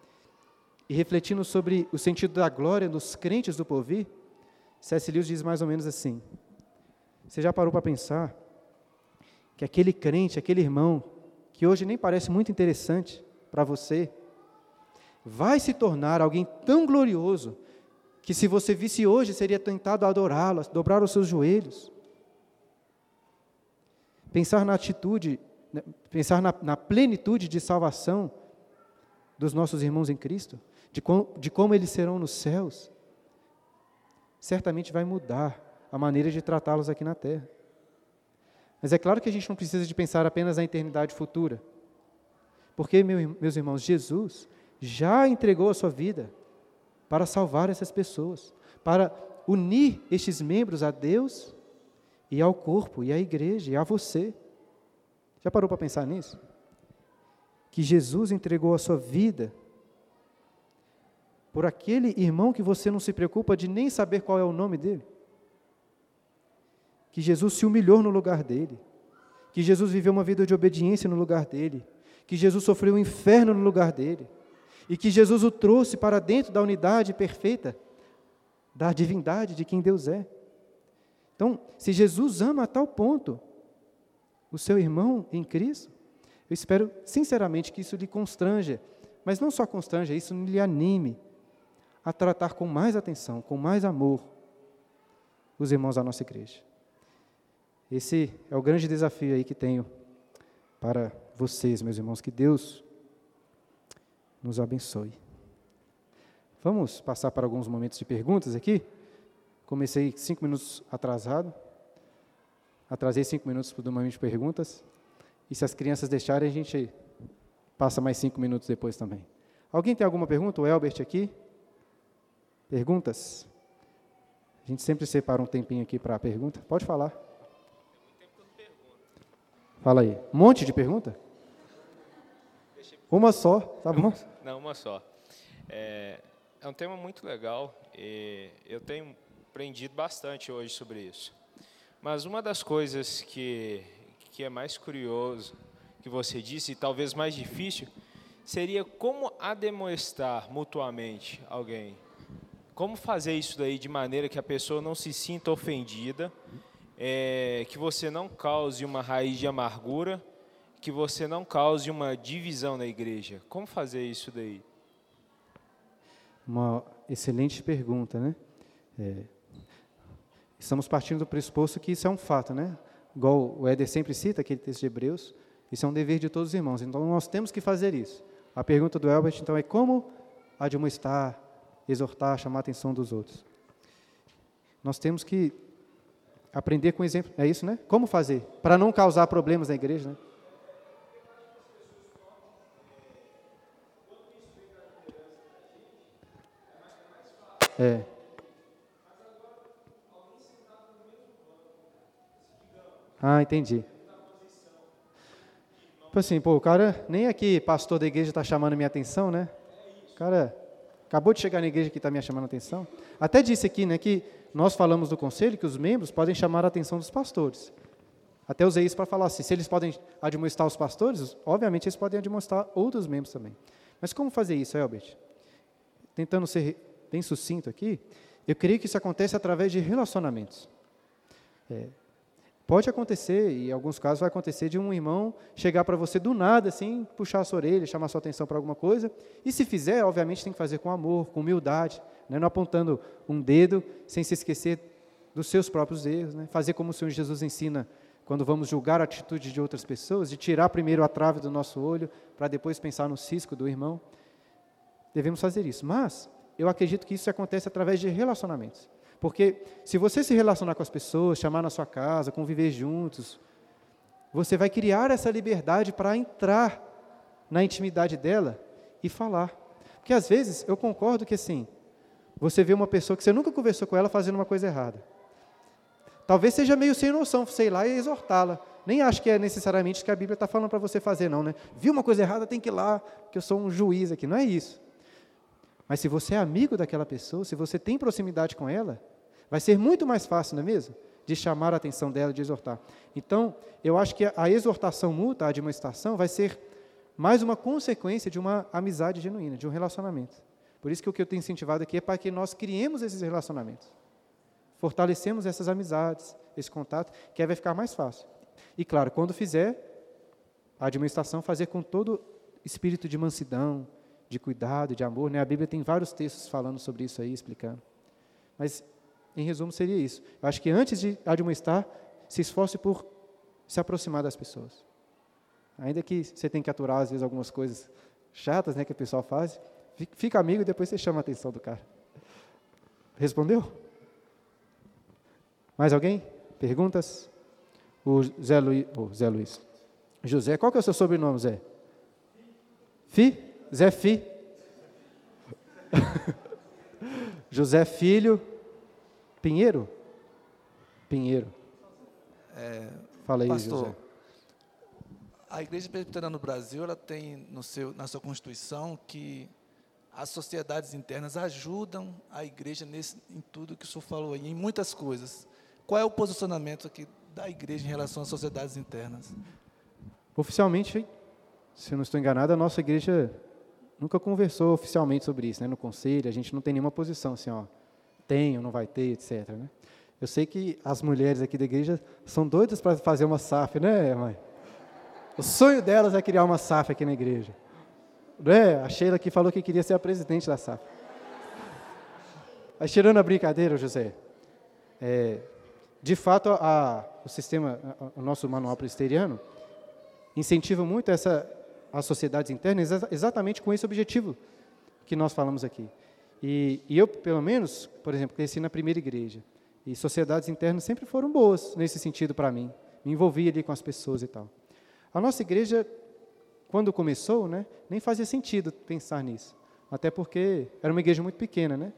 e refletindo sobre o sentido da glória nos crentes do porvir, C S Lewis diz mais ou menos assim: você já parou para pensar que aquele crente, aquele irmão, que hoje nem parece muito interessante para você, vai se tornar alguém tão glorioso, que se você visse hoje, seria tentado a adorá-lo, a dobrar os seus joelhos. Pensar na atitude, pensar na, na plenitude de salvação dos nossos irmãos em Cristo, de, com, de como eles serão nos céus, certamente vai mudar a maneira de tratá-los aqui na terra. Mas é claro que a gente não precisa de pensar apenas na eternidade futura, porque, meu, meus irmãos, Jesus já entregou a sua vida para salvar essas pessoas, para unir estes membros a Deus e ao corpo, e à igreja, e a você. Já parou para pensar nisso? Que Jesus entregou a sua vida por aquele irmão que você não se preocupa de nem saber qual é o nome dele. Que Jesus se humilhou no lugar dele. Que Jesus viveu uma vida de obediência no lugar dele. Que Jesus sofreu o inferno no lugar dele. E que Jesus o trouxe para dentro da unidade perfeita, da divindade de quem Deus é. Então, se Jesus ama a tal ponto o seu irmão em Cristo, eu espero sinceramente que isso lhe constranja, mas não só constranja, isso lhe anime a tratar com mais atenção, com mais amor, os irmãos da nossa igreja. Esse é o grande desafio aí que tenho para vocês, meus irmãos, que Deus nos abençoe. Vamos passar para alguns momentos de perguntas aqui. Comecei cinco minutos atrasado. Atrasei cinco minutos para o momento de perguntas. E se as crianças deixarem, a gente passa mais cinco minutos depois também. Alguém tem alguma pergunta? O Elbert aqui? Perguntas? A gente sempre separa um tempinho aqui para a pergunta. Pode falar. Fala aí. Um monte de pergunta? Uma só, tá bom? Não, uma só. É, é um tema muito legal e eu tenho aprendido bastante hoje sobre isso. Mas uma das coisas que, que é mais curioso, que você disse, e talvez mais difícil, seria como ademoestar mutuamente alguém. Como fazer isso daí de maneira que a pessoa não se sinta ofendida, é, que você não cause uma raiz de amargura, que você não cause uma divisão na igreja. Como fazer isso daí? Uma excelente pergunta, né? É, estamos partindo do pressuposto que isso é um fato, né? Igual o Éder sempre cita, aquele texto de Hebreus, isso é um dever de todos os irmãos, então nós temos que fazer isso. A pergunta do Elbert, então, é como admoestar, exortar, chamar a atenção dos outros. Nós temos que aprender com exemplo, é isso, né? Como fazer? Para não causar problemas na igreja, né? É. Ah, entendi. Tipo assim, pô, o cara, nem aqui, pastor da igreja, está chamando minha atenção, né? O cara acabou de chegar na igreja que está me chamando a atenção. Até disse aqui, né, que nós falamos do conselho que os membros podem chamar a atenção dos pastores. Até usei isso para falar assim, se eles podem admoestar os pastores, obviamente eles podem admoestar outros membros também. Mas como fazer isso, Elbert? Tentando ser bem sucinto aqui, eu creio que isso acontece através de relacionamentos. É, pode acontecer, e em alguns casos vai acontecer, de um irmão chegar para você do nada, assim, puxar a sua orelha, chamar a sua atenção para alguma coisa, e se fizer, obviamente tem que fazer com amor, com humildade, né, não apontando um dedo, sem se esquecer dos seus próprios erros, né, fazer como o Senhor Jesus ensina, quando vamos julgar a atitude de outras pessoas, de tirar primeiro a trave do nosso olho, para depois pensar no cisco do irmão. Devemos fazer isso, mas eu acredito que isso acontece através de relacionamentos. Porque se você se relacionar com as pessoas, chamar na sua casa, conviver juntos, você vai criar essa liberdade para entrar na intimidade dela e falar. Porque às vezes, eu concordo que assim, você vê uma pessoa que você nunca conversou com ela fazendo uma coisa errada. Talvez seja meio sem noção, sei lá, e exortá-la. Nem acho que é necessariamente isso que a Bíblia está falando para você fazer, não, né? Viu uma coisa errada, tem que ir lá, que eu sou um juiz aqui. Não é isso. Mas se você é amigo daquela pessoa, se você tem proximidade com ela, vai ser muito mais fácil, não é mesmo? De chamar a atenção dela, de exortar. Então, eu acho que a exortação mútua, a admoestação, vai ser mais uma consequência de uma amizade genuína, de um relacionamento. Por isso que o que eu tenho incentivado aqui é para que nós criemos esses relacionamentos. Fortalecemos essas amizades, esse contato, que aí vai ficar mais fácil. E claro, quando fizer, a admoestação fazer com todo espírito de mansidão, de cuidado, de amor, né? A Bíblia tem vários textos falando sobre isso aí, explicando. Mas, em resumo, seria isso. Eu acho que antes de admoestar, se esforce por se aproximar das pessoas. Ainda que você tenha que aturar, às vezes, algumas coisas chatas, né, que o pessoal faz, fica amigo e depois você chama a atenção do cara. Respondeu? Mais alguém? Perguntas? O Zé Luiz, oh, Zé Luiz. José, qual que é o seu sobrenome, Zé? Fi? Zé Fi. José Filho Pinheiro? Pinheiro. É, Fala aí, pastor, José. a Igreja Presbiteriana no Brasil, ela tem no seu, na sua Constituição que as sociedades internas ajudam a Igreja nesse, em tudo que o senhor falou aí, em muitas coisas. Qual é o posicionamento aqui da Igreja em relação às sociedades internas? Oficialmente, Se eu não estou enganado, a nossa igreja nunca conversou oficialmente sobre isso, né? No conselho, a gente não tem nenhuma posição assim, ó, tem ou não vai ter, etcétera, né? Eu sei que as mulheres aqui da igreja são doidas para fazer uma S A F, né, mãe? O sonho delas é criar uma S A F aqui na igreja. Né? A Sheila aqui falou que queria ser a presidente da S A F. Mas tirando a brincadeira, José, é, de fato, a, o sistema, a, o nosso manual presbiteriano incentiva muito essa, as sociedades internas exatamente com esse objetivo que nós falamos aqui. E, e eu, pelo menos, por exemplo, cresci na primeira igreja. E sociedades internas sempre foram boas nesse sentido para mim. Me envolvi ali com as pessoas e tal. A nossa igreja, quando começou, né, nem fazia sentido pensar nisso. Até porque era uma igreja muito pequena, né?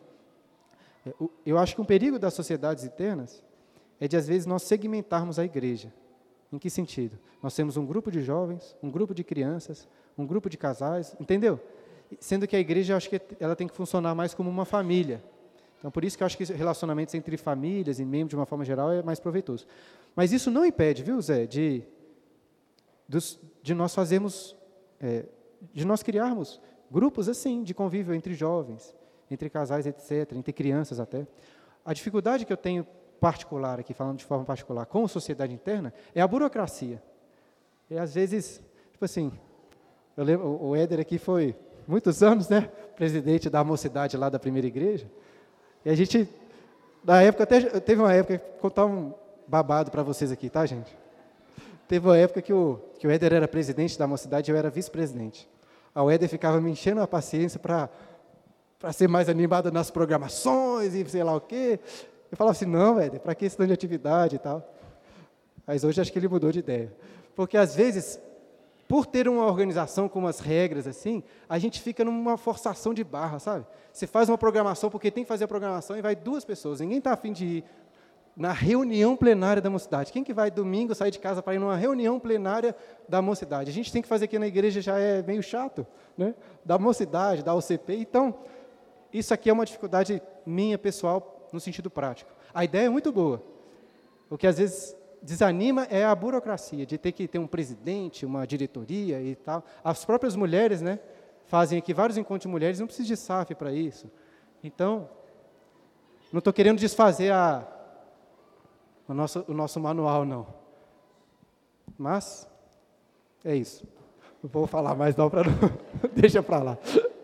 Eu acho que um perigo das sociedades internas é de, às vezes, nós segmentarmos a igreja. Em que sentido? Nós temos um grupo de jovens, um grupo de crianças, um grupo de casais, entendeu? Sendo que a igreja, eu acho que ela tem que funcionar mais como uma família. Então, por isso que eu acho que relacionamentos entre famílias e membros, de uma forma geral, é mais proveitoso. Mas isso não impede, viu, Zé, de, dos, de nós fazermos, é, de nós criarmos grupos assim, de convívio entre jovens, entre casais, etcétera, entre crianças até. A dificuldade que eu tenho particular aqui, falando de forma particular, com a sociedade interna, é a burocracia. E às vezes, tipo assim, eu lembro, o Éder aqui foi muitos anos, né, presidente da mocidade lá da primeira igreja, e a gente, na época, até teve uma época, vou contar um babado para vocês aqui, tá, gente? Teve uma época que o, que o Éder era presidente da mocidade e eu era vice-presidente. O Éder ficava me enchendo a paciência para para ser mais animado nas programações e sei lá o quê. Eu falava assim, não, Éder, para que esse tanto de atividade e tal? Mas hoje acho que ele mudou de ideia. Porque, às vezes, por ter uma organização com umas regras assim, a gente fica numa forçação de barra, sabe? Você faz uma programação porque tem que fazer a programação e vai duas pessoas. Ninguém está a fim de ir na reunião plenária da mocidade. Quem que vai domingo sair de casa para ir numa reunião plenária da mocidade? A gente tem que fazer aqui na igreja, já é meio chato, né? Da mocidade, da O C P. Então, isso aqui é uma dificuldade minha, pessoal, no sentido prático. A ideia é muito boa. O que, às vezes, desanima é a burocracia, de ter que ter um presidente, uma diretoria e tal. As próprias mulheres, né, fazem aqui vários encontros de mulheres, não precisa de S A F para isso. Então, não estou querendo desfazer a, o, nosso, o nosso manual, não. Mas, é isso. Não vou falar mais não, para não... deixa para lá.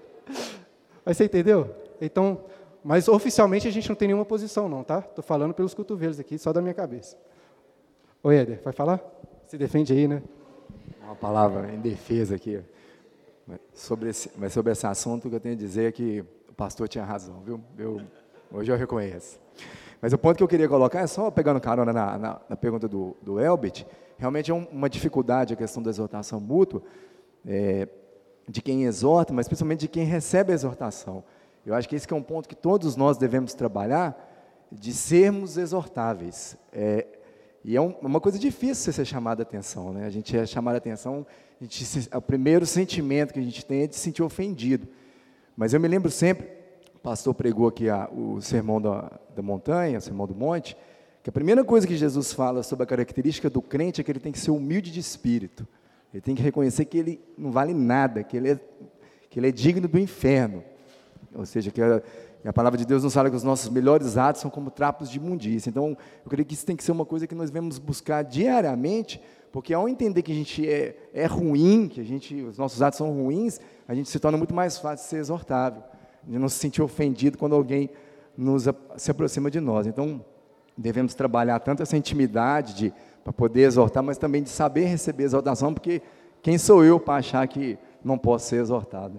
Mas você entendeu? Então, mas oficialmente a gente não tem nenhuma posição, não, tá? Estou falando pelos cotovelos aqui, só da minha cabeça. Oi, Éder, vai falar? Se defende aí, né? Uma palavra em defesa aqui. Sobre esse, mas sobre esse assunto, o que eu tenho a dizer é que o pastor tinha razão, viu? Eu, hoje eu reconheço. Mas o ponto que eu queria colocar é só pegando carona na, na, na pergunta do, do Elbit, realmente é um, uma dificuldade a questão da exortação mútua, é, de quem exorta, mas principalmente de quem recebe a exortação. Eu acho que esse que é um ponto que todos nós devemos trabalhar, de sermos exortáveis. É, e é um, uma coisa difícil você ser chamado a atenção, né? A gente é chamado a atenção, a gente, o primeiro sentimento que a gente tem é de se sentir ofendido. Mas eu me lembro sempre, o pastor pregou aqui a, o sermão da, da montanha, o sermão do monte, que a primeira coisa que Jesus fala sobre a característica do crente é que ele tem que ser humilde de espírito. Ele tem que reconhecer que ele não vale nada, que ele é, que ele é digno do inferno. Ou seja, que a, a palavra de Deus nos fala que os nossos melhores atos são como trapos de imundícia. Então, eu creio que isso tem que ser uma coisa que nós devemos buscar diariamente, porque ao entender que a gente é, é ruim, que a gente, os nossos atos são ruins, a gente se torna muito mais fácil de ser exortável, de não se sentir ofendido quando alguém nos, se aproxima de nós. Então, devemos trabalhar tanto essa intimidade de para poder exortar, mas também de saber receber exortação, porque quem sou eu para achar que não posso ser exortado? Né?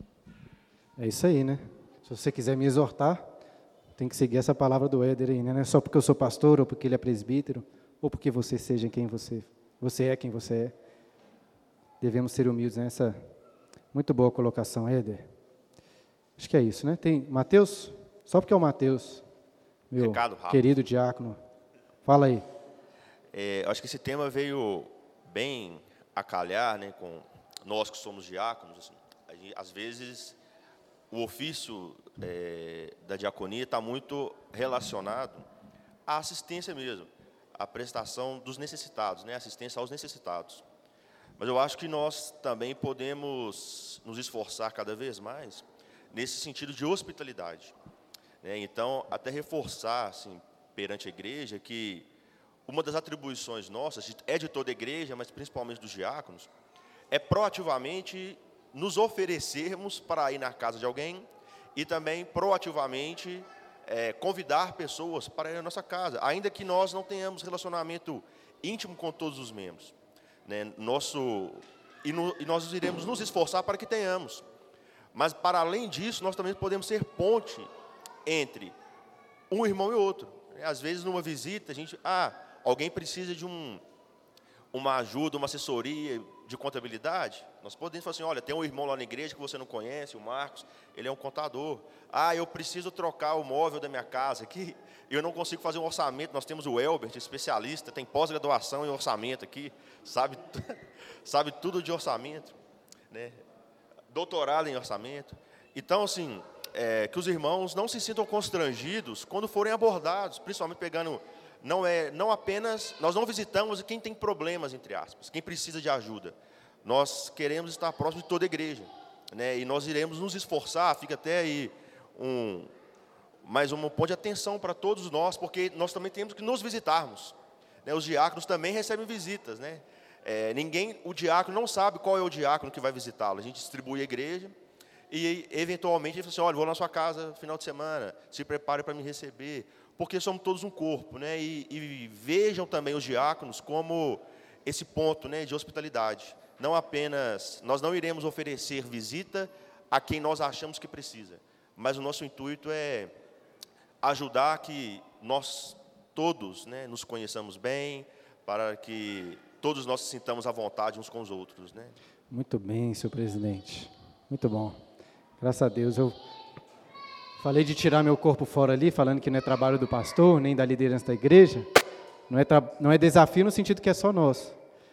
É isso aí, né? Se você quiser me exortar, tem que seguir essa palavra do Éder aí, né? Não é só porque eu sou pastor, ou porque ele é presbítero, ou porque você seja quem você, você é quem você é. Devemos ser humildes nessa. Muito boa colocação, Éder. Acho que é isso, né? Tem Mateus? Só porque é o Mateus, meu querido diácono. Fala aí. É, acho que esse tema veio bem a calhar, né, com nós que somos diáconos. Assim, a gente, às vezes, o ofício é, da diaconia está muito relacionado à assistência mesmo, à prestação dos necessitados, né, assistência aos necessitados. Mas eu acho que nós também podemos nos esforçar cada vez mais nesse sentido de hospitalidade. Né? Então, até reforçar assim, perante a igreja que uma das atribuições nossas, é de toda a igreja, mas principalmente dos diáconos, é proativamente nos oferecermos para ir na casa de alguém e também proativamente é, convidar pessoas para ir à nossa casa, ainda que nós não tenhamos relacionamento íntimo com todos os membros. Né? Nosso, e, no, e nós iremos nos esforçar para que tenhamos. Mas, para além disso, nós também podemos ser ponte entre um irmão e outro. Às vezes, numa visita, a gente, ah, alguém precisa de um, uma ajuda, uma assessoria de contabilidade. Nós podemos falar assim, olha, tem um irmão lá na igreja que você não conhece, o Marcos, ele é um contador. Ah, eu preciso trocar o móvel da minha casa aqui, eu não consigo fazer um orçamento. Nós temos o Elbert, especialista, tem pós-graduação em orçamento aqui, sabe, sabe tudo de orçamento, né? Doutorado em orçamento. Então, assim, é, que os irmãos não se sintam constrangidos quando forem abordados, principalmente pegando, não é, não apenas, nós não visitamos quem tem problemas, entre aspas, quem precisa de ajuda. Nós queremos estar próximo de toda a igreja, né? E nós iremos nos esforçar, fica até aí um, mais um ponto de atenção para todos nós, porque nós também temos que nos visitarmos, né? Os diáconos também recebem visitas, né? É, ninguém, o diácono não sabe qual é o diácono que vai visitá-lo. A gente distribui a igreja e, eventualmente, ele fala assim, olha, vou na sua casa no final de semana, se prepare para me receber, porque somos todos um corpo, né? E, e vejam também os diáconos como esse ponto, né, de hospitalidade. Não apenas, nós não iremos oferecer visita a quem nós achamos que precisa, mas o nosso intuito é ajudar que nós todos, né, nos conheçamos bem, para que todos nós nos sintamos à vontade uns com os outros, né? Muito bem, senhor presidente. Muito bom. Graças a Deus. Eu falei de tirar meu corpo fora ali, falando que não é trabalho do pastor, nem da liderança da igreja. Não é, tra... não é desafio no sentido que é só nosso.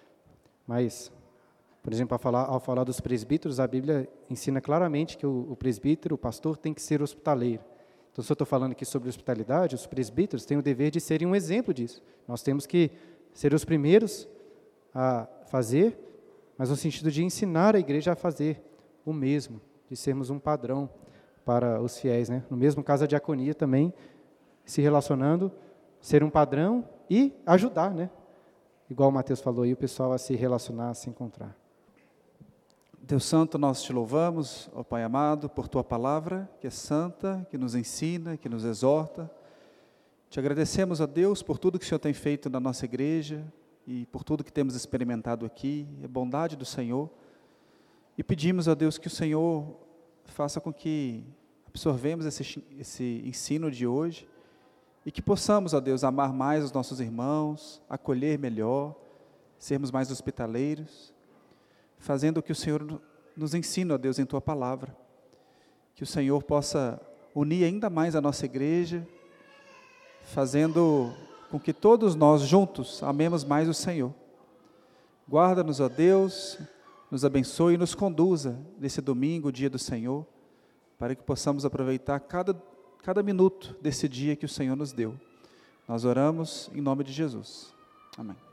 Mas, por exemplo, ao falar, ao falar dos presbíteros, a Bíblia ensina claramente que o, o presbítero, o pastor, tem que ser hospitaleiro. Então, se eu estou falando aqui sobre hospitalidade, os presbíteros têm o dever de serem um exemplo disso. Nós temos que ser os primeiros a fazer, mas no sentido de ensinar a igreja a fazer o mesmo, de sermos um padrão para os fiéis, né? No mesmo caso, a diaconia também se relacionando, ser um padrão e ajudar, né? Igual o Mateus falou aí, o pessoal a se relacionar, a se encontrar. Deus Santo, nós te louvamos, ó Pai amado, por Tua palavra, que é santa, que nos ensina, que nos exorta. Te agradecemos, ó Deus, por tudo que o Senhor tem feito na nossa igreja e por tudo que temos experimentado aqui, a bondade do Senhor. E pedimos, ó Deus, que o Senhor faça com que absorvemos esse, esse ensino de hoje e que possamos, ó Deus, amar mais os nossos irmãos, acolher melhor, sermos mais hospitaleiros, fazendo o que o Senhor nos ensina, ó Deus, em Tua palavra. Que o Senhor possa unir ainda mais a nossa igreja, fazendo com que todos nós juntos amemos mais o Senhor. Guarda-nos, ó Deus, nos abençoe e nos conduza nesse domingo, dia do Senhor, para que possamos aproveitar cada, cada minuto desse dia que o Senhor nos deu. Nós oramos em nome de Jesus. Amém.